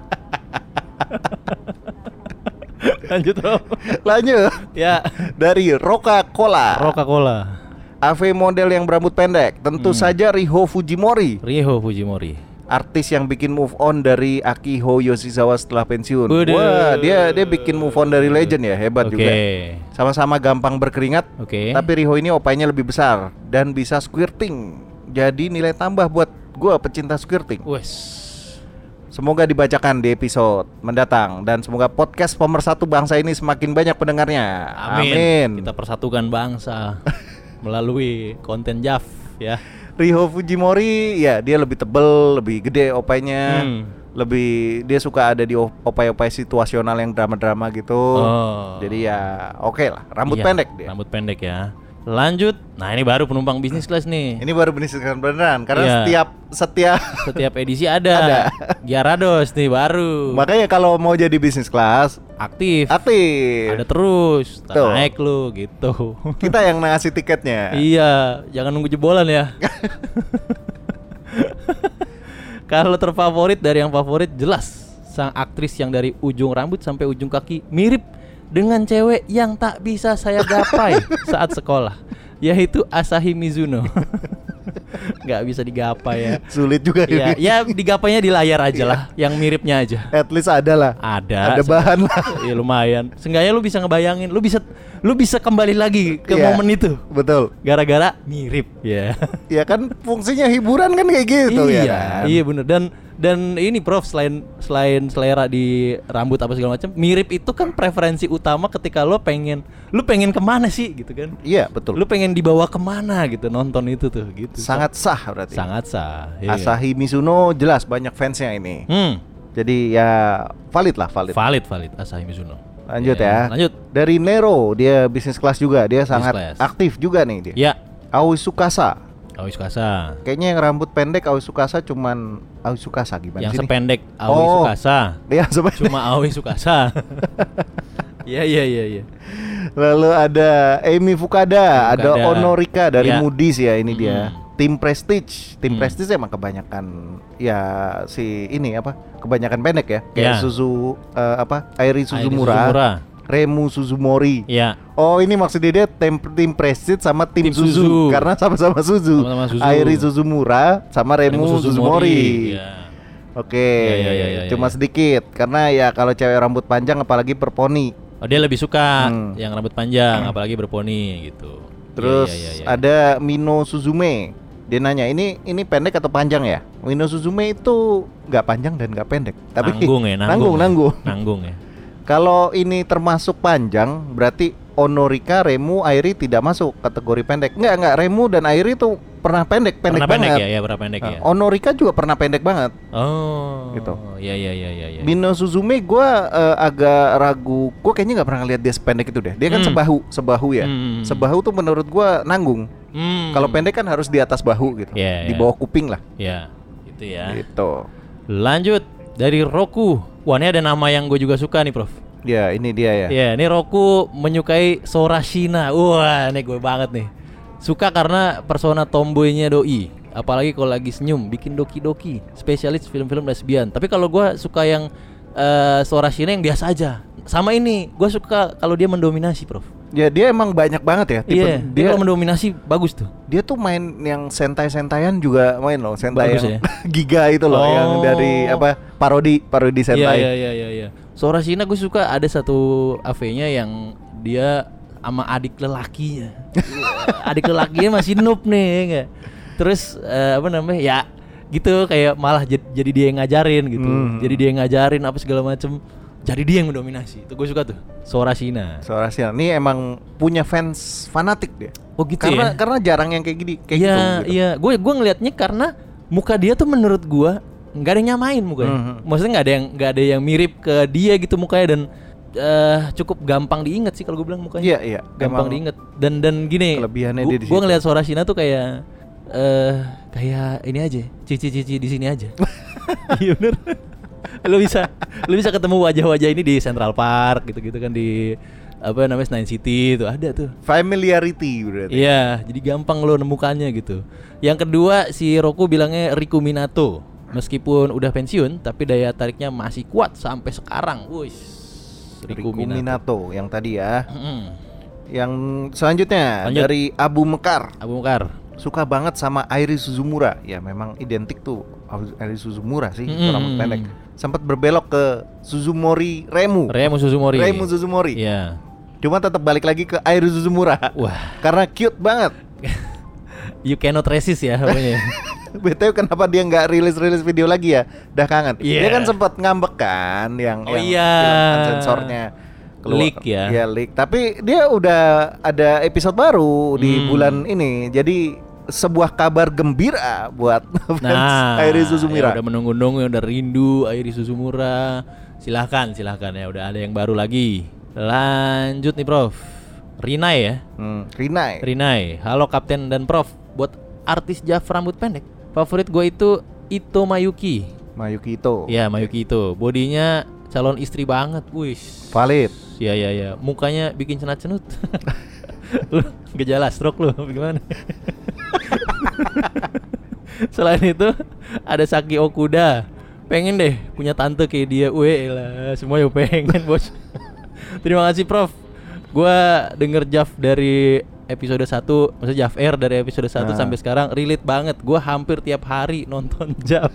Speaker 3: Lanjut Rob.
Speaker 4: Lanjut
Speaker 3: Ya.
Speaker 4: dari Roka Cola.
Speaker 3: Coca-Cola.
Speaker 4: A V model yang berambut pendek, tentu
Speaker 3: Hmm.
Speaker 4: saja Riho Fujimori,
Speaker 3: Ryo Fujimori.
Speaker 4: artis yang bikin move on dari Akiho Yoshizawa setelah pensiun.
Speaker 3: Waduh.
Speaker 4: Wah, dia dia bikin move on dari legend ya, hebat
Speaker 3: Oke.
Speaker 4: juga. Sama-sama gampang berkeringat,
Speaker 3: Oke.
Speaker 4: tapi Riho ini opainya lebih besar dan bisa squirting. Jadi nilai tambah buat gua pecinta squirting.
Speaker 3: Wes.
Speaker 4: Semoga dibacakan di episode mendatang dan semoga podcast pemersatu bangsa ini semakin banyak pendengarnya.
Speaker 3: Amin.
Speaker 4: Amin.
Speaker 3: Kita persatukan bangsa melalui konten Jaf ya.
Speaker 4: Riho Fujimori ya dia lebih tebel, lebih gede opainya.
Speaker 3: Hmm.
Speaker 4: Lebih dia suka ada di op- opai-opai situasional yang drama-drama gitu.
Speaker 3: Oh.
Speaker 4: Jadi ya oke lah, rambut
Speaker 3: Iya,
Speaker 4: pendek dia.
Speaker 3: Rambut pendek ya. Lanjut. Nah, ini baru penumpang bisnis kelas nih.
Speaker 4: Ini baru bisnis beneran karena
Speaker 3: Iya.
Speaker 4: setiap setiap
Speaker 3: Setiap edisi ada.
Speaker 4: Ada.
Speaker 3: Gyarados nih baru.
Speaker 4: makanya kalau mau jadi bisnis kelas
Speaker 3: Aktif.
Speaker 4: aktif.
Speaker 3: Ada terus. Tak
Speaker 4: Tuh.
Speaker 3: naik lu gitu.
Speaker 4: Kita yang ngasih tiketnya.
Speaker 3: Iya, jangan nunggu jebolan ya. Kalau terfavorit dari yang favorit jelas sang aktris yang dari ujung rambut sampai ujung kaki mirip dengan cewek yang tak bisa saya gapai saat sekolah, yaitu Asahi Mizuno. Nggak bisa digapai ya.
Speaker 4: Sulit juga
Speaker 3: Ya,
Speaker 4: ini.
Speaker 3: ya digapainya di layar aja lah, yang miripnya aja.
Speaker 4: At least ada lah.
Speaker 3: Ada.
Speaker 4: Ada bahan lah.
Speaker 3: Iya lumayan. Seenggaknya lu bisa ngebayangin, lu bisa lu bisa kembali lagi ke
Speaker 4: Iya,
Speaker 3: momen itu.
Speaker 4: Betul.
Speaker 3: Gara-gara mirip ya.
Speaker 4: Ya kan fungsinya hiburan kan kayak gitu
Speaker 3: iya,
Speaker 4: ya kan?
Speaker 3: iya bener. Dan dan ini Prof, selain selain selera di rambut apa segala macam, mirip itu kan preferensi utama ketika lo pengen lu pengen kemana sih gitu kan?
Speaker 4: Iya, betul.
Speaker 3: Lu pengen dibawa kemana gitu nonton itu tuh gitu.
Speaker 4: Sangat sah berarti.
Speaker 3: sangat sah. Iya.
Speaker 4: Asahi Mizuno jelas banyak fansnya ini.
Speaker 3: Hmm.
Speaker 4: Jadi ya valid lah, valid.
Speaker 3: Valid valid Asahi Mizuno.
Speaker 4: Lanjut
Speaker 3: Iya,
Speaker 4: ya.
Speaker 3: Lanjut.
Speaker 4: Dari Nero, dia bisnis kelas juga. Dia sangat
Speaker 3: kelas.
Speaker 4: aktif juga nih dia.
Speaker 3: Ya.
Speaker 4: Aoi Tsukasa.
Speaker 3: Aoi Tsukasa.
Speaker 4: Kayaknya yang rambut pendek Aoi Tsukasa cuman Aoi Tsukasa gimana
Speaker 3: Yang
Speaker 4: sih? ini?
Speaker 3: sependek Aoi
Speaker 4: Oh.
Speaker 3: Tsukasa.
Speaker 4: Dia sependek.
Speaker 3: Cuma Aoi Tsukasa. Iya iya iya iya.
Speaker 4: Lalu ada Amy Fukada,
Speaker 3: Amy
Speaker 4: ada
Speaker 3: Fukada.
Speaker 4: Honorika dari
Speaker 3: Ya.
Speaker 4: Moody's ya ini dia.
Speaker 3: Mm.
Speaker 4: Tim Prestige, tim
Speaker 3: Hmm.
Speaker 4: Prestige emang kebanyakan ya si ini apa? Kebanyakan pendek ya. Kayak
Speaker 3: Ya.
Speaker 4: Suzu eh, apa? Airi
Speaker 3: Airi
Speaker 4: Suzumura,
Speaker 3: Suzumura.
Speaker 4: Remu Suzumori.
Speaker 3: Iya.
Speaker 4: Oh ini maksudnya dia tim, tim Prestige sama tim,
Speaker 3: Tim
Speaker 4: Suzu.
Speaker 3: Suzu.
Speaker 4: Karena sama-sama Suzu.
Speaker 3: Sama-sama Suzu.
Speaker 4: Airi Suzumura sama Remu,
Speaker 3: Remu
Speaker 4: Suzumori.
Speaker 3: Iya.
Speaker 4: Oke,
Speaker 3: Ya, ya, ya, ya,
Speaker 4: cuma
Speaker 3: ya.
Speaker 4: sedikit karena ya kalau cewek rambut panjang apalagi berponi.
Speaker 3: Oh, dia lebih suka
Speaker 4: Hmm.
Speaker 3: yang rambut panjang, apalagi berponi gitu.
Speaker 4: Terus
Speaker 3: Iya, iya, iya, iya.
Speaker 4: ada Mino Suzume. Dia nanya ini ini pendek atau panjang ya? Mino Suzume itu nggak panjang dan nggak pendek, tapi
Speaker 3: nanggung ya, nanggung,
Speaker 4: nanggung,
Speaker 3: ya.
Speaker 4: nanggung.
Speaker 3: Nanggung ya.
Speaker 4: Kalau ini termasuk panjang, berarti Onorika, Remu, Airi tidak masuk kategori pendek. Enggak, enggak. Remu dan Airi tuh pernah pendek, pendek
Speaker 3: Pernah pendek
Speaker 4: banget.
Speaker 3: ya, ya pernah pendek
Speaker 4: Nah,
Speaker 3: ya.
Speaker 4: Onorika juga pernah pendek banget.
Speaker 3: Oh,
Speaker 4: Gitu.
Speaker 3: Iya, iya, iya, iya. Ya.
Speaker 4: Mino Suzume gue agak ragu. Gue kayaknya nggak pernah lihat dia sependek itu deh. Dia kan
Speaker 3: Hmm.
Speaker 4: sebahu, sebahu ya.
Speaker 3: Hmm.
Speaker 4: Sebahu tuh menurut gue nanggung.
Speaker 3: Hmm.
Speaker 4: Kalau pendek kan harus di atas bahu gitu,
Speaker 3: Iya,
Speaker 4: di
Speaker 3: iya.
Speaker 4: bawah kuping lah.
Speaker 3: Ya, gitu ya.
Speaker 4: Gitu.
Speaker 3: Lanjut dari Roku. Wah, ini ada nama yang gue juga suka nih, Prof.
Speaker 4: Ya, ini dia ya.
Speaker 3: Ya, ini Roku menyukai Sorashina. Wah, ini gue banget nih. Suka karena persona tomboynya doi. Apalagi kalau lagi senyum, bikin doki-doki. Spesialis film-film lesbian. Tapi kalau gue suka yang eh, Sorashina yang biasa aja. Sama ini, gue suka kalau dia mendominasi, Prof.
Speaker 4: Ya dia emang banyak banget ya. Tipe,
Speaker 3: Iya, dia
Speaker 4: dia
Speaker 3: kalau mendominasi bagus tuh.
Speaker 4: dia tuh main yang sentai-sentaian juga main loh. Sentai
Speaker 3: Bagus
Speaker 4: yang
Speaker 3: ya?
Speaker 4: Giga itu loh,
Speaker 3: Oh.
Speaker 4: yang dari apa parodi parodi
Speaker 3: Iya,
Speaker 4: sentai.
Speaker 3: iya, iya, iya, iya. Sorashina gue suka ada satu A V-nya yang dia sama adik lelakinya. Adik lelakinya masih noob nih, ya nggak? Terus eh, apa namanya? Ya gitu kayak malah jad- jadi dia yang ngajarin gitu.
Speaker 4: Hmm.
Speaker 3: Jadi dia yang ngajarin apa segala macem. Jadi dia yang mendominasi. Itu gue suka tuh. Sorashina.
Speaker 4: Sorashina ini emang punya fans fanatik dia.
Speaker 3: Oh gitu
Speaker 4: Karena
Speaker 3: ya?
Speaker 4: karena jarang yang kayak gini, kayak
Speaker 3: Iya,
Speaker 4: gitu. gitu.
Speaker 3: iya. Gue gue ngelihatnya karena muka dia tuh menurut gue nggak ada yang nyamain mukanya.
Speaker 4: Mhm.
Speaker 3: Maksudnya nggak ada yang nggak ada yang mirip ke dia gitu mukanya dan eh, cukup gampang diingat sih kalau gue bilang mukanya.
Speaker 4: Iya, iya.
Speaker 3: Gampang
Speaker 4: Emang
Speaker 3: diingat. Dan dan gini.
Speaker 4: kelebihannya
Speaker 3: gua,
Speaker 4: dia di
Speaker 3: Gue
Speaker 4: situ.
Speaker 3: ngelihat Sorashina tuh kayak eh kayak ini aja, cici-cici di sini aja. Iya bener. Lo bisa lo bisa ketemu wajah-wajah ini di Central Park gitu-gitu kan di apa namanya Nine City itu ada tuh.
Speaker 4: Familiarity berarti.
Speaker 3: Iya, jadi gampang lo nemukannya gitu. Yang kedua si Roku bilangnya Riku Minato. Meskipun udah pensiun, tapi daya tariknya masih kuat sampai sekarang. Wih,
Speaker 4: Riku Minato yang tadi ya.
Speaker 3: Mm-mm.
Speaker 4: Yang selanjutnya
Speaker 3: Lanjut.
Speaker 4: dari Abu Mekar.
Speaker 3: Abu Mekar.
Speaker 4: Suka banget sama Airi Suzumura. Ya memang identik tuh Airi Suzumura sih,
Speaker 3: Mm-mm.
Speaker 4: rambut pendek. Sempat berbelok ke Suzumori Remu.
Speaker 3: Remu Suzumori.
Speaker 4: Remu Suzumori.
Speaker 3: Iya.
Speaker 4: Cuma tetap balik lagi ke Airi Suzumura.
Speaker 3: Wah,
Speaker 4: Karena cute banget.
Speaker 3: you cannot resist ya pokoknya.
Speaker 4: B T W kenapa dia nggak rilis-rilis video lagi ya? Udah kangen.
Speaker 3: Iya.
Speaker 4: Dia kan sempat ngambek kan yang
Speaker 3: Oh
Speaker 4: yang
Speaker 3: iya.
Speaker 4: film sensornya
Speaker 3: Leak ya.
Speaker 4: Iya, leak. Tapi dia udah ada episode baru di
Speaker 3: Hmm.
Speaker 4: bulan ini. Jadi sebuah kabar gembira buat fans
Speaker 3: Nah,
Speaker 4: Airi
Speaker 3: ya
Speaker 4: Suzumura.
Speaker 3: udah menunggu-nunggu, udah rindu Airi Suzumura. Silahkan, silahkan ya. Udah ada yang baru lagi. Lanjut nih Prof. Rinai ya.
Speaker 4: Hmm, Rinai.
Speaker 3: Rinai, halo Kapten dan Prof. Buat artis Jav rambut pendek, favorit gue itu Ito Mayuki.
Speaker 4: Mayuki Ito.
Speaker 3: Ya Mayuki Ito, bodinya calon istri banget, wih.
Speaker 4: Valid.
Speaker 3: Ya ya ya, mukanya bikin cenat-cenut. Lu gejala stroke lu, gimana? Selain itu ada Saki Okuda. Pengen deh punya tante kayak dia. Weh lah, semua yuk pengen bos. Terima kasih Prof. Gua denger Jav dari episode satu, maksudnya Jav Air dari episode satu
Speaker 4: Nah.
Speaker 3: sampai sekarang relate banget. Gua hampir tiap hari nonton Jav.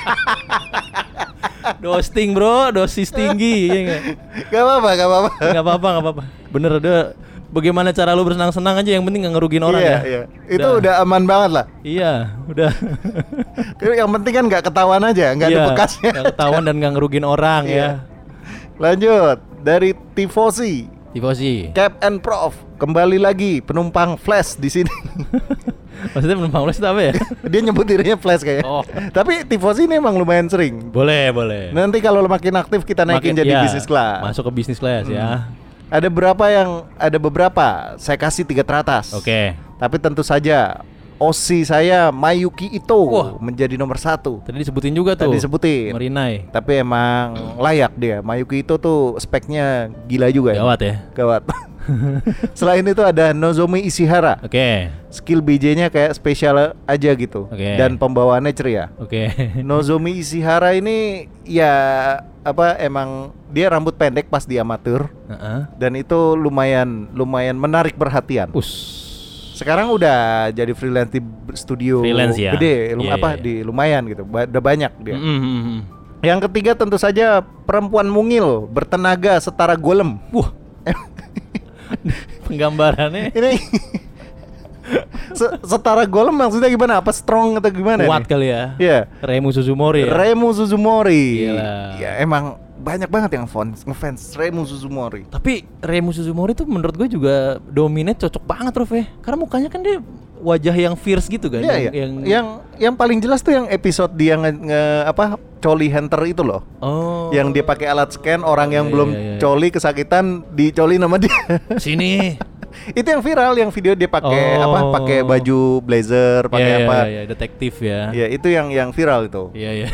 Speaker 3: Dosing bro, dosis tinggi ya gak?
Speaker 4: Gak apa-apa, gak apa-apa.
Speaker 3: Gak apa-apa, gak apa-apa. Bener udah. Bagaimana cara lu bersenang-senang aja, yang penting gak ngerugiin orang
Speaker 4: Iya,
Speaker 3: ya.
Speaker 4: iya. Itu udah aman banget lah.
Speaker 3: Iya, udah.
Speaker 4: Yang penting kan nggak ketahuan aja, nggak ada
Speaker 3: Iya,
Speaker 4: bekasnya.
Speaker 3: Gak ketahuan dan gak ngerugiin orang
Speaker 4: Iya.
Speaker 3: ya.
Speaker 4: Lanjut dari Tifosi,
Speaker 3: Tifosi.
Speaker 4: Cap and Prof kembali lagi penumpang Flash di sini.
Speaker 3: Maksudnya penumpang flash itu apa ya?
Speaker 4: Dia nyebut dirinya Flash kayaknya.
Speaker 3: Oh.
Speaker 4: Tapi Tifosi ini emang lumayan sering.
Speaker 3: Boleh, boleh.
Speaker 4: Nanti kalau makin aktif kita naikin
Speaker 3: Makin-
Speaker 4: jadi
Speaker 3: ya,
Speaker 4: bisnis class.
Speaker 3: Masuk ke bisnis class ya.
Speaker 4: Ada berapa yang ada beberapa saya kasih tiga teratas.
Speaker 3: Oke.
Speaker 4: Tapi tentu saja O C saya Mayuki Ito
Speaker 3: Wah.
Speaker 4: menjadi nomor satu.
Speaker 3: Tadi disebutin juga tuh.
Speaker 4: Tadi disebutin.
Speaker 3: Marinai.
Speaker 4: Tapi emang layak dia. Mayuki Ito tuh speknya gila juga ya.
Speaker 3: Gawat ya.
Speaker 4: Gawat. Selain itu ada Nozomi Ishihara.
Speaker 3: Oke.
Speaker 4: Skill B J-nya kayak spesial aja gitu.
Speaker 3: Oke.
Speaker 4: Dan pembawaannya ceria.
Speaker 3: Oke.
Speaker 4: Nozomi Ishihara ini ya apa emang dia rambut pendek pas di amatir
Speaker 3: Heeh.
Speaker 4: dan itu lumayan lumayan menarik perhatian.
Speaker 3: Us.
Speaker 4: Sekarang udah jadi freelance di studio
Speaker 3: Freelance ya.
Speaker 4: gede, lum-
Speaker 3: Iya,
Speaker 4: apa
Speaker 3: iya,
Speaker 4: di lumayan gitu. Ba- udah banyak dia.
Speaker 3: Mm-mm.
Speaker 4: Yang ketiga tentu saja perempuan mungil bertenaga setara golem.
Speaker 3: Wah. Penggambarannya
Speaker 4: Ini se- setara golem maksudnya gimana? Apa strong atau gimana?
Speaker 3: kuat
Speaker 4: nih?
Speaker 3: kali ya.
Speaker 4: Iya.
Speaker 3: Remu Suzumori ya.
Speaker 4: Remu Suzumori.
Speaker 3: Gila.
Speaker 4: Ya emang banyak banget yang fans ngefans Remu Suzumori.
Speaker 3: Tapi Remu Suzumori tuh menurut gue juga dominate cocok banget Rof ya. Karena mukanya kan dia wajah yang fierce gitu kan.
Speaker 4: Iya,
Speaker 3: yang,
Speaker 4: iya.
Speaker 3: yang
Speaker 4: yang yang paling jelas tuh yang episode dia nge, nge- apa coli hunter itu loh.
Speaker 3: Oh.
Speaker 4: Yang dia pakai alat scan orang yang
Speaker 3: Iya,
Speaker 4: belum
Speaker 3: iya, iya.
Speaker 4: coli kesakitan dicoli nama dia.
Speaker 3: Sini.
Speaker 4: Itu yang viral, yang video dia pakai
Speaker 3: Oh.
Speaker 4: apa? Pakai baju blazer, pakai
Speaker 3: Iya,
Speaker 4: apa?
Speaker 3: Iya, iya, detektif ya.
Speaker 4: Ya itu yang yang viral itu.
Speaker 3: Iya, iya.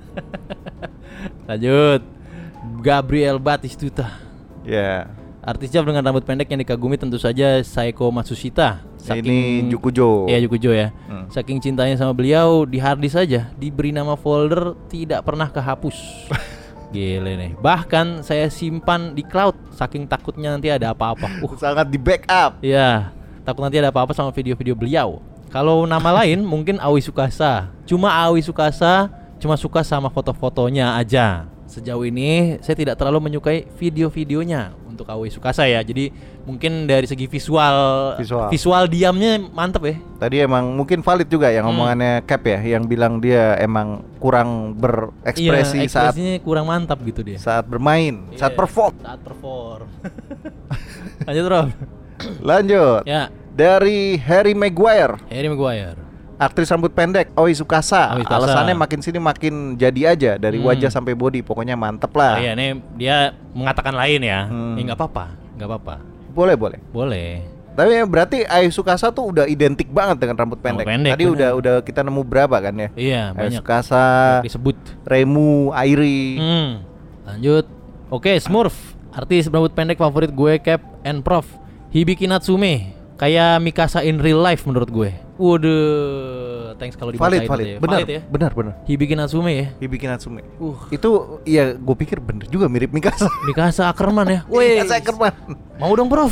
Speaker 3: Lanjut. Gabriel Batistuta.
Speaker 4: Ya.
Speaker 3: Artis Jav dengan rambut pendek yang dikagumi tentu saja Saeko Matsushita.
Speaker 4: Ini Jukujo.
Speaker 3: Iya, Jukujo ya.
Speaker 4: Hmm.
Speaker 3: Saking cintanya sama beliau, di harddisk saja diberi nama folder tidak pernah kehapus. Gile nih. Bahkan saya simpan di cloud saking takutnya nanti ada apa-apa. Uh,
Speaker 4: Sangat di backup.
Speaker 3: iya. Takut nanti ada apa-apa sama video-video beliau. Kalau nama lain mungkin Aoi Sukasa. Cuma Aoi Sukasa cuma suka sama foto-fotonya aja. Sejauh ini saya tidak terlalu menyukai video-videonya untuk Aoi Sukasa ya. Jadi mungkin dari segi visual
Speaker 4: Visual.
Speaker 3: visual diamnya mantep ya.
Speaker 4: Tadi emang mungkin valid juga yang
Speaker 3: Hmm.
Speaker 4: omongannya Cap ya, yang bilang dia emang kurang berekspresi
Speaker 3: Iya,
Speaker 4: saat
Speaker 3: ekspresinya kurang mantap gitu dia.
Speaker 4: saat bermain, saat
Speaker 3: Iya,
Speaker 4: perform.
Speaker 3: Saat perform. Lanjut Rob.
Speaker 4: Lanjut.
Speaker 3: Ya,
Speaker 4: Dari Harry Maguire,
Speaker 3: Harry Maguire.
Speaker 4: aktris rambut pendek Oi Sukasa.
Speaker 3: Aoi Sukasa.
Speaker 4: Alasannya makin sini makin jadi aja dari
Speaker 3: Hmm.
Speaker 4: wajah sampai body, pokoknya mantep
Speaker 3: Oh
Speaker 4: lah.
Speaker 3: iya, nih dia mengatakan lain ya.
Speaker 4: Hmm.
Speaker 3: Ya nggak apa-apa, nggak apa-apa.
Speaker 4: Boleh boleh.
Speaker 3: Boleh.
Speaker 4: Tapi berarti Aoi Sukasa tuh udah identik banget dengan rambut pendek.
Speaker 3: pendek,
Speaker 4: Tadi
Speaker 3: bener.
Speaker 4: udah udah kita nemu berapa kan ya?
Speaker 3: Iya,
Speaker 4: Aoi
Speaker 3: banyak
Speaker 4: Sukasa,
Speaker 3: disebut.
Speaker 4: Remu, Airi.
Speaker 3: Hmm. Lanjut. Oke, Smurf. Artis rambut pendek favorit gue, Cap and Prof. Hibiki Natsume. Kayak Mikasa in real life menurut gue. Waduh, thanks kalau dibacain
Speaker 4: Valid valid.
Speaker 3: gitu ya.
Speaker 4: Benar,
Speaker 3: Valid ya.
Speaker 4: benar benar.
Speaker 3: Hibiki Natsume ya.
Speaker 4: Hibiki Natsume.
Speaker 3: Uh,
Speaker 4: Itu ya gue pikir bener juga mirip Mikasa.
Speaker 3: Mikasa Ackerman ya. Wih.
Speaker 4: Mikasa Ackerman.
Speaker 3: Mau dong, Prof.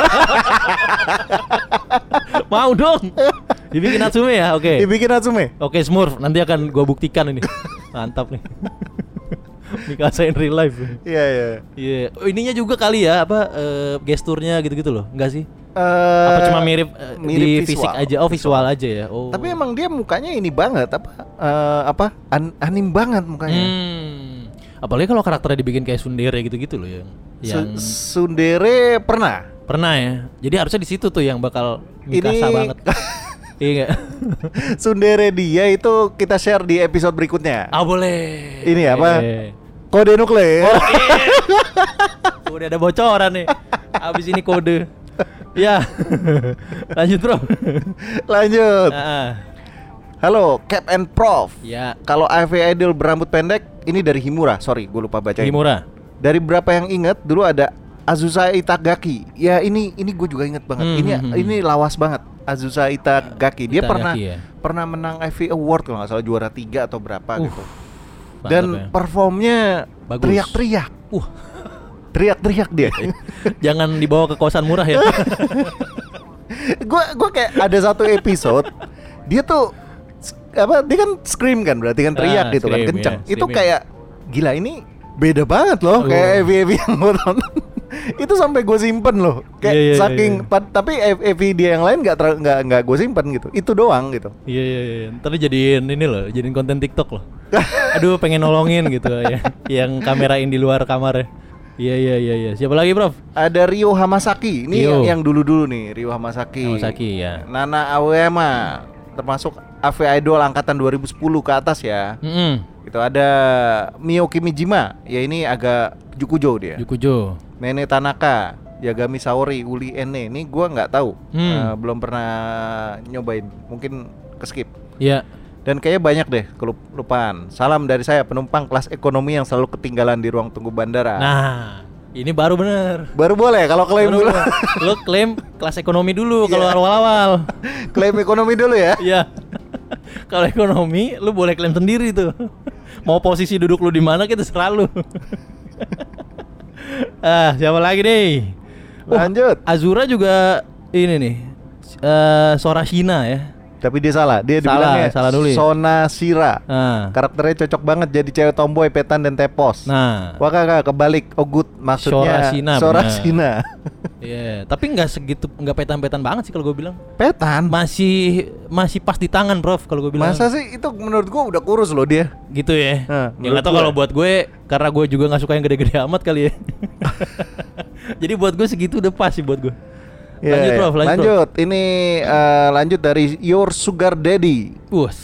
Speaker 3: Mau dong. Hibiki Natsume ya. Oke.
Speaker 4: Hibiki Natsume.
Speaker 3: Oke, Smurf, nanti akan gua buktikan ini. Mantap nih. Mikasa in real life.
Speaker 4: Iya iya.
Speaker 3: Iya. Oh, ininya juga kali ya, apa eh, gesturnya gitu-gitu loh. Enggak sih?
Speaker 4: Eh,
Speaker 3: Apa cuma mirip, eh,
Speaker 4: mirip
Speaker 3: di
Speaker 4: visual.
Speaker 3: fisik aja? Oh, visual aja ya. Oh.
Speaker 4: Tapi emang dia mukanya ini banget apa eh, apa an- anim banget mukanya.
Speaker 3: Hmm. Apalagi kalau karakternya dibikin kayak tsundere gitu-gitu loh yang yang
Speaker 4: Su- Sundere pernah.
Speaker 3: pernah ya. Jadi harusnya di situ tuh yang bakal Mikasa
Speaker 4: Ini-
Speaker 3: banget. Iya enggak?
Speaker 4: Sundere dia itu kita share di episode berikutnya.
Speaker 3: Ah, boleh.
Speaker 4: Ini apa?
Speaker 3: Eh.
Speaker 4: Kode nuklear.
Speaker 3: Oh, iya. Udah ada bocoran nih. Abis ini kode. Ya. Lanjut, Bro.
Speaker 4: Lanjut.
Speaker 3: Ah,
Speaker 4: Halo, Cap and Prof.
Speaker 3: ya.
Speaker 4: Kalau A V Idol berambut pendek ini dari Himura. Sorry, gue lupa bacain.
Speaker 3: Himura.
Speaker 4: Dari berapa yang inget dulu ada Azusa Itagaki. Ya ini ini gue juga inget banget.
Speaker 3: Hmm,
Speaker 4: ini
Speaker 3: hmm, hmm.
Speaker 4: ini lawas banget. Azusa Itagaki. Dia
Speaker 3: Itagaki,
Speaker 4: pernah
Speaker 3: ya.
Speaker 4: pernah menang I V Award kalau nggak salah juara tiga atau berapa
Speaker 3: Uh,
Speaker 4: gitu.
Speaker 3: Mantap
Speaker 4: Dan
Speaker 3: ya.
Speaker 4: performnya
Speaker 3: Bagus.
Speaker 4: teriak-teriak.
Speaker 3: Uh,
Speaker 4: Teriak-teriak dia.
Speaker 3: jangan dibawa ke kosan murah ya.
Speaker 4: Gue gue kayak ada satu episode dia tuh s- apa dia kan scream kan berarti kan teriak
Speaker 3: Ah,
Speaker 4: gitu kan
Speaker 3: scream,
Speaker 4: kenceng.
Speaker 3: ya,
Speaker 4: Itu
Speaker 3: screaming.
Speaker 4: kayak gila ini beda banget loh
Speaker 3: Oh.
Speaker 4: kayak E V E V yang gue tonton. Itu sampai gue simpen loh kayak
Speaker 3: Iya, iya,
Speaker 4: saking
Speaker 3: iya.
Speaker 4: pa- tapi E V E dia yang lain nggak ter- nggak nggak gue simpen gitu. Itu doang gitu.
Speaker 3: Iya, iya, iya. Ntar jadiin ini loh, jadiin konten TikTok loh. Aduh, pengen nolongin gitu ya. Yang kamerain di luar kamar ya. Iya, iya, iya, iya. Siapa lagi, Prof?
Speaker 4: Ada Ryo Hamasaki. Ini
Speaker 3: Ryo.
Speaker 4: yang, yang dulu-dulu nih, Ryo Hamasaki.
Speaker 3: Hamasaki, ya.
Speaker 4: Nana Aoyama termasuk A V Idol angkatan dua ribu sepuluh ke atas ya.
Speaker 3: Mm-mm.
Speaker 4: Itu ada Mio Kimijima. Ya ini agak Jukujo dia.
Speaker 3: Yukujo.
Speaker 4: Nene Tanaka, Yagami Saori, Uli Ene. Ini gua nggak tahu.
Speaker 3: Hmm.
Speaker 4: Eh, belum pernah nyobain. Mungkin keskip.
Speaker 3: Iya.
Speaker 4: Dan kayaknya banyak deh kelupaan. Salam dari saya penumpang kelas ekonomi yang selalu ketinggalan di ruang tunggu bandara.
Speaker 3: Nah, ini baru bener.
Speaker 4: Baru boleh kalau klaim
Speaker 3: Baru
Speaker 4: dulu.
Speaker 3: bener. Lo klaim kelas ekonomi dulu kalau
Speaker 4: Iya.
Speaker 3: awal-awal.
Speaker 4: Klaim ekonomi dulu ya.
Speaker 3: Iya. Kalau ekonomi, lu boleh klaim sendiri tuh. Mau posisi duduk lu di mana kita serah lu. Ah, siapa lagi nih? Oh,
Speaker 4: Lanjut.
Speaker 3: Azura juga ini nih. uh, Sorashina ya.
Speaker 4: Tapi dia salah, dia
Speaker 3: Salah,
Speaker 4: dibilangnya
Speaker 3: salah nulis.
Speaker 4: Sonashira.
Speaker 3: Nah.
Speaker 4: Karakternya cocok banget jadi cewek tomboy, petan dan tepos.
Speaker 3: Nah.
Speaker 4: Wah kakak kebalik, Ogut maksudnya
Speaker 3: Sorashina,
Speaker 4: Sorashina.
Speaker 3: Iya, yeah. Tapi nggak segitu, nggak petan-petan banget sih kalau gue bilang.
Speaker 4: Petan?
Speaker 3: Masih masih pas di tangan, Prof, kalau gue bilang.
Speaker 4: Masa sih itu menurut gue udah kurus loh dia.
Speaker 3: Gitu ya.
Speaker 4: Nah,
Speaker 3: ya nggak tahu kalau buat gue, karena gue juga nggak suka yang gede-gede amat kali ya. Jadi buat gue segitu udah pas sih buat gue.
Speaker 4: Yeah,
Speaker 3: lanjut, Prof, lanjut,
Speaker 4: lanjut. Ini uh, lanjut dari Your Sugar Daddy.
Speaker 3: Us.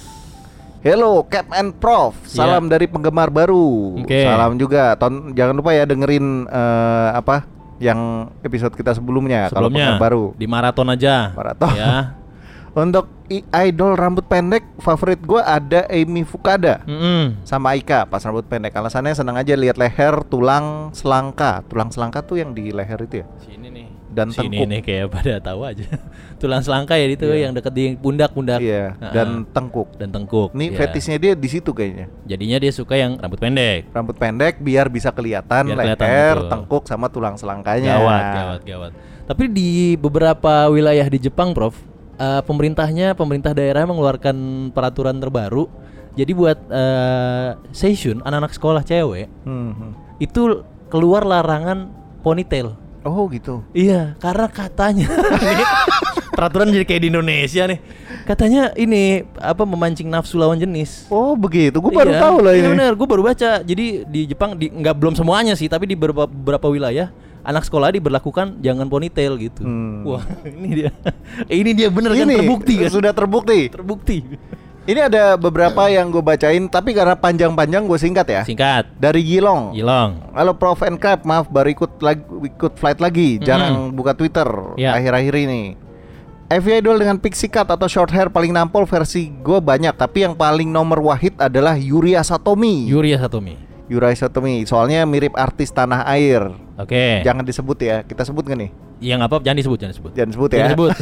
Speaker 4: Hello Cap and Prof. Salam
Speaker 3: Yeah.
Speaker 4: dari penggemar baru.
Speaker 3: Okay.
Speaker 4: Salam juga. Ton, jangan lupa ya dengerin uh, apa yang episode kita sebelumnya. Kalau
Speaker 3: Sebelumnya
Speaker 4: penggemar baru
Speaker 3: di maraton aja.
Speaker 4: Maraton.
Speaker 3: Ya.
Speaker 4: Untuk i- idol rambut pendek favorit gue ada Amy Fukada
Speaker 3: Mm-mm.
Speaker 4: sama Aika pas rambut pendek. Alasannya senang aja lihat leher tulang selangka. Tulang selangka tuh yang di leher itu ya.
Speaker 3: Sini nih.
Speaker 4: Dan
Speaker 3: Sini
Speaker 4: tengkuk.
Speaker 3: nih kayak pada tahu aja. Tulang selangka ya itu
Speaker 4: Iya.
Speaker 3: yang deket di pundak-pundak.
Speaker 4: Iya.
Speaker 3: Nah,
Speaker 4: Dan tengkuk.
Speaker 3: dan tengkuk.
Speaker 4: Nih
Speaker 3: Iya.
Speaker 4: fetishnya dia di situ kayaknya.
Speaker 3: Jadinya dia suka yang rambut pendek.
Speaker 4: Rambut pendek biar bisa kelihatan
Speaker 3: Biar
Speaker 4: leher,
Speaker 3: kelihatan, betul.
Speaker 4: tengkuk sama tulang selangkanya.
Speaker 3: Gawat, gawat, gawat. Tapi di beberapa wilayah di Jepang, Prof, uh, pemerintahnya, pemerintah daerah mengeluarkan peraturan terbaru. Jadi buat uh, seishun, anak-anak sekolah cewek,
Speaker 4: Hmm, hmm.
Speaker 3: itu keluar larangan ponytail.
Speaker 4: Oh gitu.
Speaker 3: Iya, karena katanya ini peraturan jadi kayak di Indonesia nih. Katanya ini apa memancing nafsu lawan jenis.
Speaker 4: Oh begitu. Gue baru
Speaker 3: Iya,
Speaker 4: tahu lah
Speaker 3: iya
Speaker 4: ini.
Speaker 3: bener, gue baru baca. Jadi di Jepang di nggak belum semuanya sih, tapi di beberapa, beberapa wilayah anak sekolah diberlakukan jangan ponytail gitu.
Speaker 4: Hmm.
Speaker 3: Wah, ini dia. ini dia bener kan
Speaker 4: Ini
Speaker 3: terbukti kan?
Speaker 4: sudah terbukti.
Speaker 3: Terbukti.
Speaker 4: Ini ada beberapa yang gue bacain, tapi karena panjang-panjang gue singkat ya.
Speaker 3: Singkat.
Speaker 4: Dari Gilong.
Speaker 3: Gilong.
Speaker 4: Halo Prof and Crab, maaf baru ikut lagi, ikut flight lagi, jarang buka Twitter
Speaker 3: Ya.
Speaker 4: akhir-akhir ini. F Y Idol dengan pixie cut atau short hair paling nampol versi gue banyak, tapi yang paling nomor wahid adalah Yuria Satomi.
Speaker 3: Yuria Satomi.
Speaker 4: Yuria Satomi, soalnya mirip artis tanah air.
Speaker 3: Oke.
Speaker 4: Jangan disebut ya, kita sebut gak nih?
Speaker 3: Yang apa? Jangan disebut, jangan disebut.
Speaker 4: Jangan sebut ya.
Speaker 3: Jangan disebut.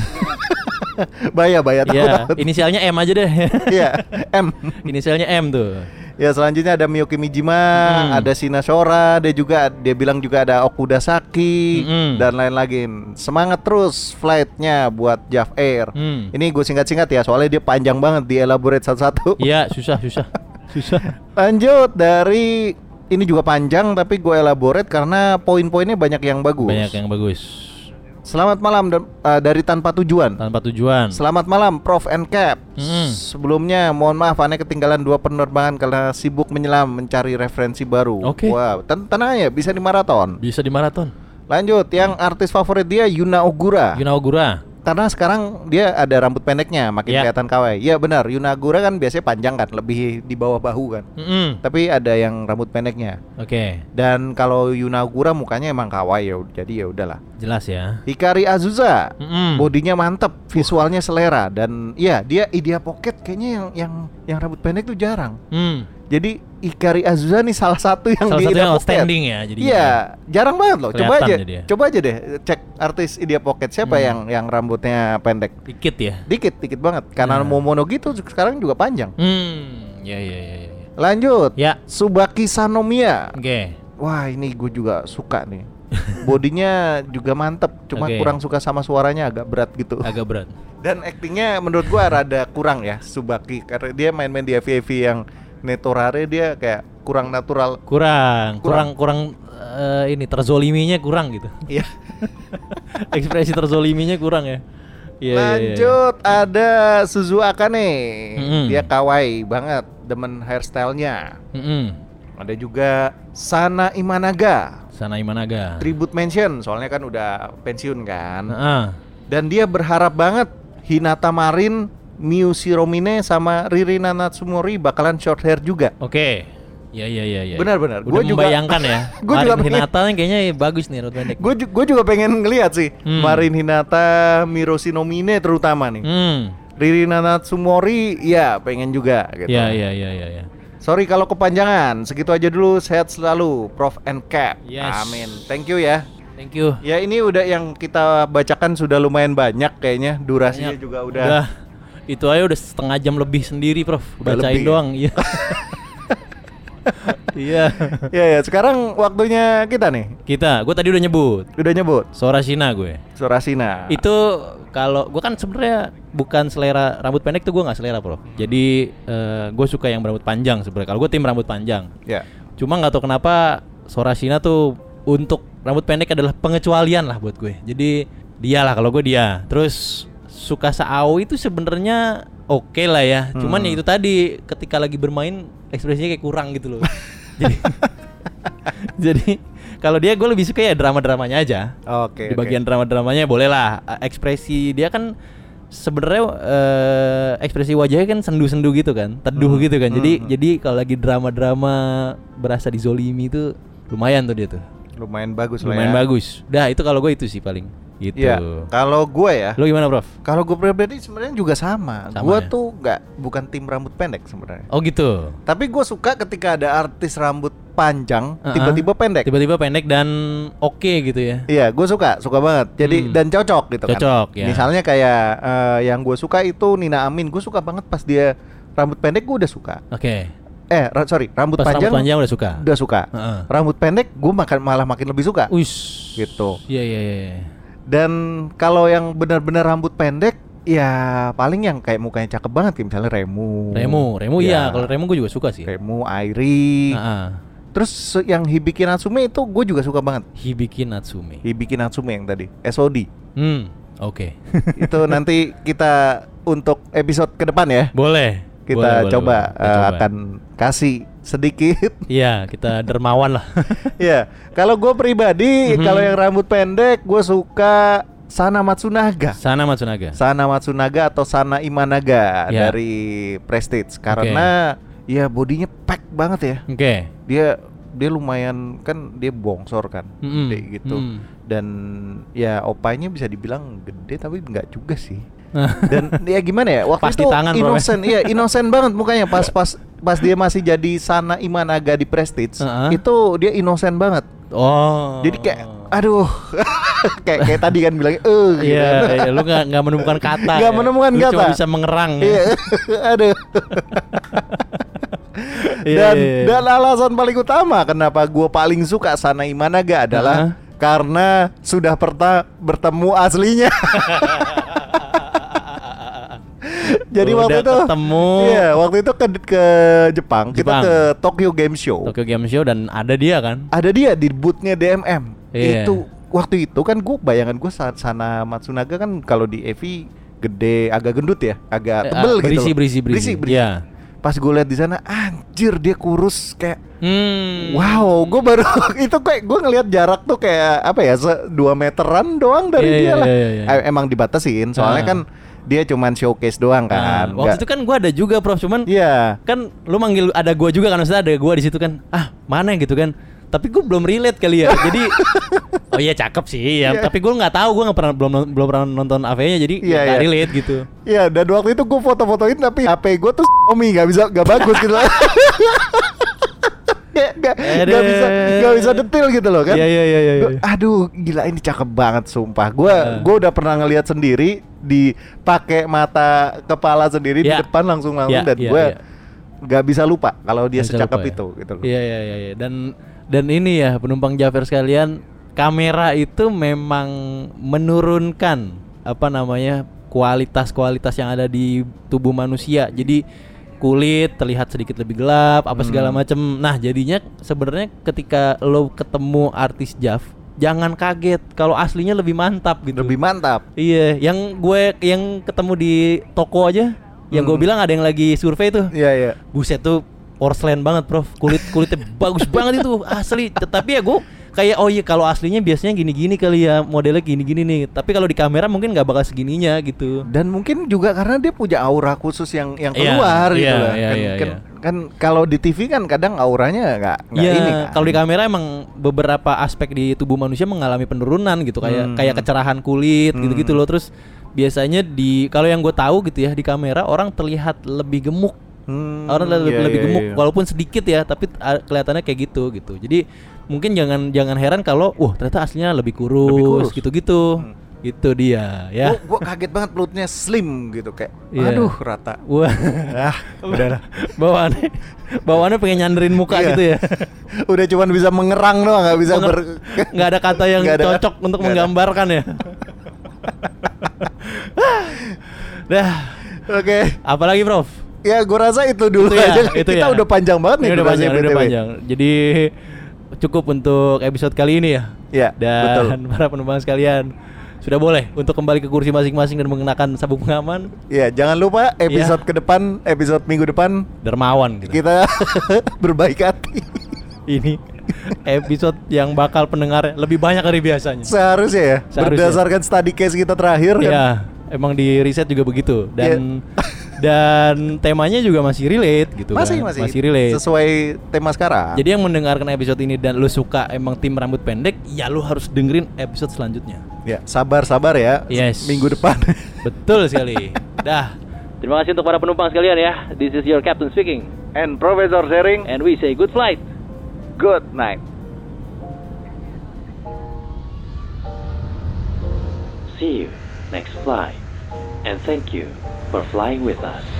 Speaker 4: Bahaya, bahaya, takut,
Speaker 3: Iya,
Speaker 4: takut.
Speaker 3: inisialnya M aja deh.
Speaker 4: Iya, M.
Speaker 3: Inisialnya M tuh.
Speaker 4: Ya selanjutnya ada Miyoki Mijima,
Speaker 3: Hmm.
Speaker 4: ada Shina Shora, dia juga dia bilang juga ada Okuda Saki
Speaker 3: Mm-mm.
Speaker 4: dan lain lagi. Semangat terus flightnya buat Jav Air.
Speaker 3: Hmm.
Speaker 4: Ini gue singkat-singkat ya, soalnya dia panjang banget dielaborate satu-satu.
Speaker 3: Iya, susah, susah. Susah.
Speaker 4: Lanjut dari ini juga panjang tapi gue elaborate karena poin-poinnya banyak yang bagus.
Speaker 3: Banyak yang bagus.
Speaker 4: Selamat malam da- uh, dari Tanpa Tujuan.
Speaker 3: Tanpa tujuan.
Speaker 4: Selamat malam Prof and Cap.
Speaker 3: Mm.
Speaker 4: Sebelumnya mohon maaf aneh ketinggalan dua penerbangan karena sibuk menyelam mencari referensi baru.
Speaker 3: Oke.
Speaker 4: Wow, ten- tenang ya bisa di maraton.
Speaker 3: Bisa di maraton.
Speaker 4: Lanjut, yang artis favorit dia Yuna Ogura.
Speaker 3: Yuna Ogura.
Speaker 4: Karena sekarang dia ada rambut pendeknya, makin
Speaker 3: Ya.
Speaker 4: kelihatan kawaii. Iya benar, Yuna Ogura kan biasanya panjang kan, lebih di bawah bahu kan.
Speaker 3: Mm-mm.
Speaker 4: Tapi ada yang rambut pendeknya.
Speaker 3: Oke,
Speaker 4: Dan kalau Yuna Ogura mukanya emang kawaii ya, jadi ya udahlah.
Speaker 3: jelas ya.
Speaker 4: Hikari Azusa.
Speaker 3: Mm-mm.
Speaker 4: Bodinya mantep, visualnya selera dan iya dia Idea Pocket kayaknya yang yang yang rambut pendek tuh jarang.
Speaker 3: Hmm.
Speaker 4: Jadi Hikari Azusa nih salah satu yang
Speaker 3: Salah
Speaker 4: di
Speaker 3: satu
Speaker 4: Idea
Speaker 3: yang
Speaker 4: Pocket.
Speaker 3: outstanding ya jadinya.
Speaker 4: Iya, jarang banget loh. Coba
Speaker 3: Kelihatan
Speaker 4: aja,
Speaker 3: jadi ya.
Speaker 4: coba aja deh cek artis Idea Pocket siapa
Speaker 3: Hmm.
Speaker 4: yang yang rambutnya pendek.
Speaker 3: Dikit ya.
Speaker 4: Dikit, dikit banget. Karena
Speaker 3: Nah.
Speaker 4: Momono gitu sekarang juga panjang.
Speaker 3: Hmm. Ya ya ya ya.
Speaker 4: Lanjut.
Speaker 3: Ya.
Speaker 4: Subaki Sanomiya.
Speaker 3: Oke.
Speaker 4: Wah, ini gue juga suka nih. Bodinya juga mantep, cuma
Speaker 3: Oke.
Speaker 4: kurang suka sama suaranya agak berat gitu.
Speaker 3: Agak berat.
Speaker 4: Dan aktingnya menurut gua rada kurang ya Subaki karena dia main-main di F Y V yang Netorare dia kayak kurang natural.
Speaker 3: Kurang, kurang,
Speaker 4: Kurang.
Speaker 3: kurang, eh, ini terzoliminya kurang gitu.
Speaker 4: Iya.
Speaker 3: Ekspresi terzoliminya kurang ya. Iya, iya, iya, iya.
Speaker 4: Lanjut ada Suzu Akane.
Speaker 3: Mm-mm.
Speaker 4: Dia kawaii banget, demen hairstyle-nya.
Speaker 3: Mm-mm.
Speaker 4: Ada juga Sana Imanaga.
Speaker 3: Sana Imanaga.
Speaker 4: Tribute mention soalnya kan udah pensiun kan.
Speaker 3: Heeh.
Speaker 4: Dan dia berharap banget Hinata Marin, Miu Shiromine sama Ririna Natsumori bakalan short hair juga.
Speaker 3: Oke. Ya ya ya ya.
Speaker 4: Benar-benar.
Speaker 3: Udah
Speaker 4: Gua juga-
Speaker 3: membayangkan ya.
Speaker 4: Gua juga
Speaker 3: Marin
Speaker 4: pengen-
Speaker 3: Hinata nih kayaknya bagus nih rambut pendek.
Speaker 4: Gue gue juga pengen ngeliat sih
Speaker 3: Hmm.
Speaker 4: Marin Hinata, Miroshi Nomine terutama nih.
Speaker 3: Hmm.
Speaker 4: Ririna Natsumori ya pengen juga gitu.
Speaker 3: Ya ya ya ya ya.
Speaker 4: Sorry kalau kepanjangan. Segitu aja dulu. Sehat selalu Prof and Cap.
Speaker 3: Yes.
Speaker 4: Amin. Thank you ya.
Speaker 3: Thank you.
Speaker 4: Ya ini udah yang kita bacakan sudah lumayan banyak kayaknya. Durasinya
Speaker 3: Banyak.
Speaker 4: juga udah.
Speaker 3: Udah. Itu aja udah setengah jam lebih sendiri, Prof.
Speaker 4: Udah
Speaker 3: Bacain
Speaker 4: lebih.
Speaker 3: doang. Iya. Iya.
Speaker 4: Ya ya, sekarang waktunya kita nih.
Speaker 3: Kita, gue tadi udah nyebut.
Speaker 4: Udah nyebut
Speaker 3: Sorashina gue.
Speaker 4: Sorashina.
Speaker 3: Itu kalau gue kan sebenarnya bukan selera rambut pendek tuh gue nggak selera, Bro. Jadi uh, gue suka yang berambut panjang sebenarnya. Kalau gue tim rambut panjang.
Speaker 4: Ya.
Speaker 3: Cuma nggak tahu kenapa Sorashina tuh untuk rambut pendek adalah pengecualian lah buat gue. Jadi dia lah kalau gue dia. Terus Tsukasa Aoi itu sebenarnya oke okay lah ya. Hmm. Cuman ya itu tadi ketika lagi bermain ekspresinya kayak kurang gitu loh. Jadi jadi kalau dia gue lebih suka ya drama-dramanya aja.
Speaker 4: Oke. Okay,
Speaker 3: Di bagian
Speaker 4: okay.
Speaker 3: drama-dramanya boleh lah. Ekspresi dia kan sebenarnya uh, ekspresi wajahnya kan sendu-sendu gitu kan, teduh hmm. gitu kan. Jadi hmm. jadi kalau lagi drama-drama berasa dizolimi itu lumayan tuh dia tuh.
Speaker 4: Lumayan bagus
Speaker 3: lah ya. Lumayan bagus. Dah itu kalau gue itu sih paling. Gitu.
Speaker 4: Ya, kalau gue ya.
Speaker 3: Lo gimana, Prof?
Speaker 4: Kalau gue pribadi sebenarnya juga sama.
Speaker 3: sama
Speaker 4: gue
Speaker 3: ya?
Speaker 4: tuh nggak bukan tim rambut pendek sebenarnya.
Speaker 3: Oh gitu.
Speaker 4: Tapi gue suka ketika ada artis rambut panjang
Speaker 3: uh-uh.
Speaker 4: tiba-tiba pendek.
Speaker 3: Tiba-tiba pendek dan oke okay gitu ya.
Speaker 4: Iya, gue suka, suka banget. Jadi hmm. dan cocok gitu
Speaker 3: cocok,
Speaker 4: kan.
Speaker 3: Cocok ya.
Speaker 4: Misalnya kayak uh, yang gue suka itu Nina Amin. Gue suka banget pas dia rambut pendek, gue udah suka.
Speaker 3: Oke. Okay.
Speaker 4: Eh, ra- sorry, rambut
Speaker 3: pas
Speaker 4: panjang.
Speaker 3: Rambut panjang udah suka.
Speaker 4: Udah suka.
Speaker 3: Uh-uh.
Speaker 4: Rambut pendek, gue makan malah makin lebih suka.
Speaker 3: Uish.
Speaker 4: Gitu.
Speaker 3: Iya iya iya.
Speaker 4: Dan kalau yang benar-benar rambut pendek, ya paling yang kayak mukanya cakep banget, kayak misalnya Remu.
Speaker 3: Remu, Remu
Speaker 4: ya.
Speaker 3: Iya. Kalau Remu gue juga suka sih.
Speaker 4: Remu, Airi.
Speaker 3: Uh-uh.
Speaker 4: Terus yang Hibiki Natsume itu gue juga suka banget.
Speaker 3: Hibiki Natsume.
Speaker 4: Hibiki Natsume yang tadi, S O D.
Speaker 3: Hmm, oke. Okay.
Speaker 4: Itu nanti kita untuk episode ke depan ya.
Speaker 3: Boleh.
Speaker 4: Kita
Speaker 3: boleh,
Speaker 4: coba,
Speaker 3: boleh, boleh.
Speaker 4: Uh,
Speaker 3: coba
Speaker 4: akan kasih sedikit.
Speaker 3: Iya, kita dermawan lah.
Speaker 4: Iya, kalau gue pribadi,
Speaker 3: mm-hmm.
Speaker 4: kalau yang rambut pendek, gue suka Sana Matsunaga.
Speaker 3: Sana Matsunaga.
Speaker 4: Sana Matsunaga atau Sana Imanaga
Speaker 3: yeah.
Speaker 4: dari Prestige. Karena okay. ya bodinya pack banget ya.
Speaker 3: Oke. Okay.
Speaker 4: Dia dia lumayan kan, dia bongsor kan, mm-hmm. gede gitu. Mm. Dan ya opanya bisa dibilang gede tapi enggak juga sih. Dan ya gimana ya, waktu
Speaker 3: pas
Speaker 4: itu
Speaker 3: tangan,
Speaker 4: innocent, iya innocent banget mukanya pas pas pas dia masih jadi Sana Imanaga di Prestige. Uh-huh. Itu dia innocent banget.
Speaker 3: Oh.
Speaker 4: Jadi kayak aduh. kayak kayak tadi kan bilangnya eh uh,
Speaker 3: gitu. Iya, iya, lu enggak enggak menemukan kata.
Speaker 4: Enggak ya? menemukan
Speaker 3: lu
Speaker 4: kata.
Speaker 3: Cuma bisa mengerang.
Speaker 4: Iya. Aduh. dan yeah. dan alasan paling utama kenapa gue paling suka Sana Imanaga adalah uh-huh. karena sudah pernah bertemu aslinya. Jadi
Speaker 3: udah
Speaker 4: waktu itu
Speaker 3: ketemu.
Speaker 4: Iya, waktu itu ke ke Jepang, Jepang, kita ke Tokyo Game Show.
Speaker 3: Tokyo Game Show dan ada dia kan?
Speaker 4: Ada dia di booth-nya D M M.
Speaker 3: Yeah.
Speaker 4: Itu waktu itu kan gue bayangan gue saat Sana Matsunaga kan kalau di E V gede, agak gendut ya, agak tebel
Speaker 3: uh, berisi,
Speaker 4: gitu.
Speaker 3: Berisi, berisi,
Speaker 4: berisi, berisi.
Speaker 3: Yeah.
Speaker 4: Pas gue lihat di sana, anjir dia kurus kayak,
Speaker 3: hmm.
Speaker 4: wow, gue baru itu kayak gue ngelihat jarak tuh kayak apa ya, dua meteran doang dari
Speaker 3: yeah,
Speaker 4: dia
Speaker 3: yeah,
Speaker 4: lah.
Speaker 3: Yeah, yeah, yeah.
Speaker 4: Emang dibatasin, soalnya uh. kan dia cuman showcase doang kan.
Speaker 3: Nah, waktu Nggak. itu kan gue ada juga, Prof, cuman
Speaker 4: yeah.
Speaker 3: kan lu manggil ada gue juga kan, maksudnya ada gue di situ kan, ah mana gitu kan. Tapi gue belum relate kali ya. Jadi oh iya cakep sih ya. Yeah. Tapi gue nggak tahu, gue nggak pernah belum belum pernah nonton A V-nya, jadi nggak yeah, yeah. relate gitu.
Speaker 4: Iya, yeah, dan waktu itu gue foto-fotoin tapi H P gue tuh Xiaomi, nggak bisa, nggak bagus gitu. Gak, gak, gak bisa gak bisa detail gitu loh kan.
Speaker 3: Iya iya iya iya.
Speaker 4: Aduh, gila ini cakep banget sumpah. Gue uh. gue udah pernah ngelihat sendiri di pakai mata kepala sendiri yeah. di depan langsung langsung yeah, dan yeah, gue yeah. gak bisa lupa kalau dia secakep
Speaker 3: lupa,
Speaker 4: itu
Speaker 3: ya?
Speaker 4: gitu loh.
Speaker 3: Iya iya iya ya. Dan dan ini ya penumpang Jafer sekalian, kamera itu memang menurunkan apa namanya kualitas-kualitas yang ada di tubuh manusia. Jadi kulit terlihat sedikit lebih gelap, apa segala macam. Nah, jadinya sebenarnya ketika lo ketemu artis Jav, jangan kaget kalau aslinya lebih mantap gitu.
Speaker 4: Lebih mantap.
Speaker 3: Iya, yang gue yang ketemu di toko aja, yang gue bilang ada yang lagi survei tuh.
Speaker 4: Iya, iya.
Speaker 3: Buset tuh porcelain banget, Prof. Kulit kulitnya bagus banget itu asli. Tetapi ya gue kayak oh iya kalau aslinya biasanya gini-gini kali ya, modelnya gini-gini nih. Tapi kalau di kamera mungkin nggak bakal segininya gitu.
Speaker 4: Dan mungkin juga karena dia punya aura khusus yang yang keluar
Speaker 3: yeah,
Speaker 4: gitu
Speaker 3: yeah,
Speaker 4: lah.
Speaker 3: Yeah,
Speaker 4: kan,
Speaker 3: yeah,
Speaker 4: kan,
Speaker 3: yeah.
Speaker 4: kan kalau di T V kan kadang auranya nggak nggak
Speaker 3: yeah,
Speaker 4: ini kan.
Speaker 3: Kalau di kamera emang beberapa aspek di tubuh manusia mengalami penurunan gitu, kayak hmm. kayak kecerahan kulit hmm. gitu-gitu loh. Terus biasanya di kalau yang gue tahu gitu ya, di kamera orang terlihat lebih gemuk. Hmm, orang lebih,
Speaker 4: yeah,
Speaker 3: lebih
Speaker 4: yeah,
Speaker 3: gemuk
Speaker 4: yeah.
Speaker 3: walaupun sedikit ya, tapi uh, kelihatannya kayak gitu gitu. Jadi mungkin jangan jangan heran kalau wah ternyata aslinya lebih kurus,
Speaker 4: lebih kurus.
Speaker 3: gitu-gitu.
Speaker 4: Hmm.
Speaker 3: Itu dia ya.
Speaker 4: Gua, gua kaget banget perutnya slim gitu kayak.
Speaker 3: Iya.
Speaker 4: Aduh, rata.
Speaker 3: Wah.
Speaker 4: Ah, udah lah.
Speaker 3: Bawaannya bawaannya pengen nyanderin muka
Speaker 4: Iya.
Speaker 3: gitu ya.
Speaker 4: Udah cuman bisa mengerang doang, nggak bisa ber
Speaker 3: Nggak ada kata yang
Speaker 4: Nggak ada.
Speaker 3: cocok untuk
Speaker 4: Nggak ada.
Speaker 3: menggambarkan ya. Dah,
Speaker 4: Oke.
Speaker 3: apalagi Prof?
Speaker 4: Ya gua rasa itu dulu
Speaker 3: Itu ya,
Speaker 4: aja.
Speaker 3: itu
Speaker 4: Kita
Speaker 3: ya.
Speaker 4: udah panjang banget nih
Speaker 3: Ini udah
Speaker 4: durasinya,
Speaker 3: panjang, udah
Speaker 4: B T W.
Speaker 3: panjang. Jadi cukup untuk episode kali ini ya.
Speaker 4: Iya,
Speaker 3: Dan
Speaker 4: betul.
Speaker 3: para penumpang sekalian sudah boleh untuk kembali ke kursi masing-masing dan mengenakan sabuk pengaman.
Speaker 4: Iya, jangan lupa episode
Speaker 3: Iya.
Speaker 4: ke depan, episode minggu depan
Speaker 3: Dermawan gitu.
Speaker 4: kita berbaik hati.
Speaker 3: Ini episode yang bakal pendengar lebih banyak dari biasanya.
Speaker 4: Seharusnya ya,
Speaker 3: Seharusnya.
Speaker 4: berdasarkan study case kita terakhir kan.
Speaker 3: Iya, emang di riset juga begitu dan dan temanya juga masih relate gitu
Speaker 4: Masih,
Speaker 3: kan.
Speaker 4: masih
Speaker 3: relate.
Speaker 4: sesuai tema sekarang.
Speaker 3: Jadi yang mendengarkan episode ini dan lu suka emang tim rambut pendek, ya lu harus dengerin episode selanjutnya.
Speaker 4: Ya, sabar-sabar ya.
Speaker 3: Yes.
Speaker 4: Minggu depan.
Speaker 3: Betul sekali. Dah. Terima kasih untuk para penumpang sekalian ya. This is your captain speaking.
Speaker 4: And Professor sharing.
Speaker 3: And we say good flight.
Speaker 4: Good night.
Speaker 2: See you next flight, and thank you for flying with us.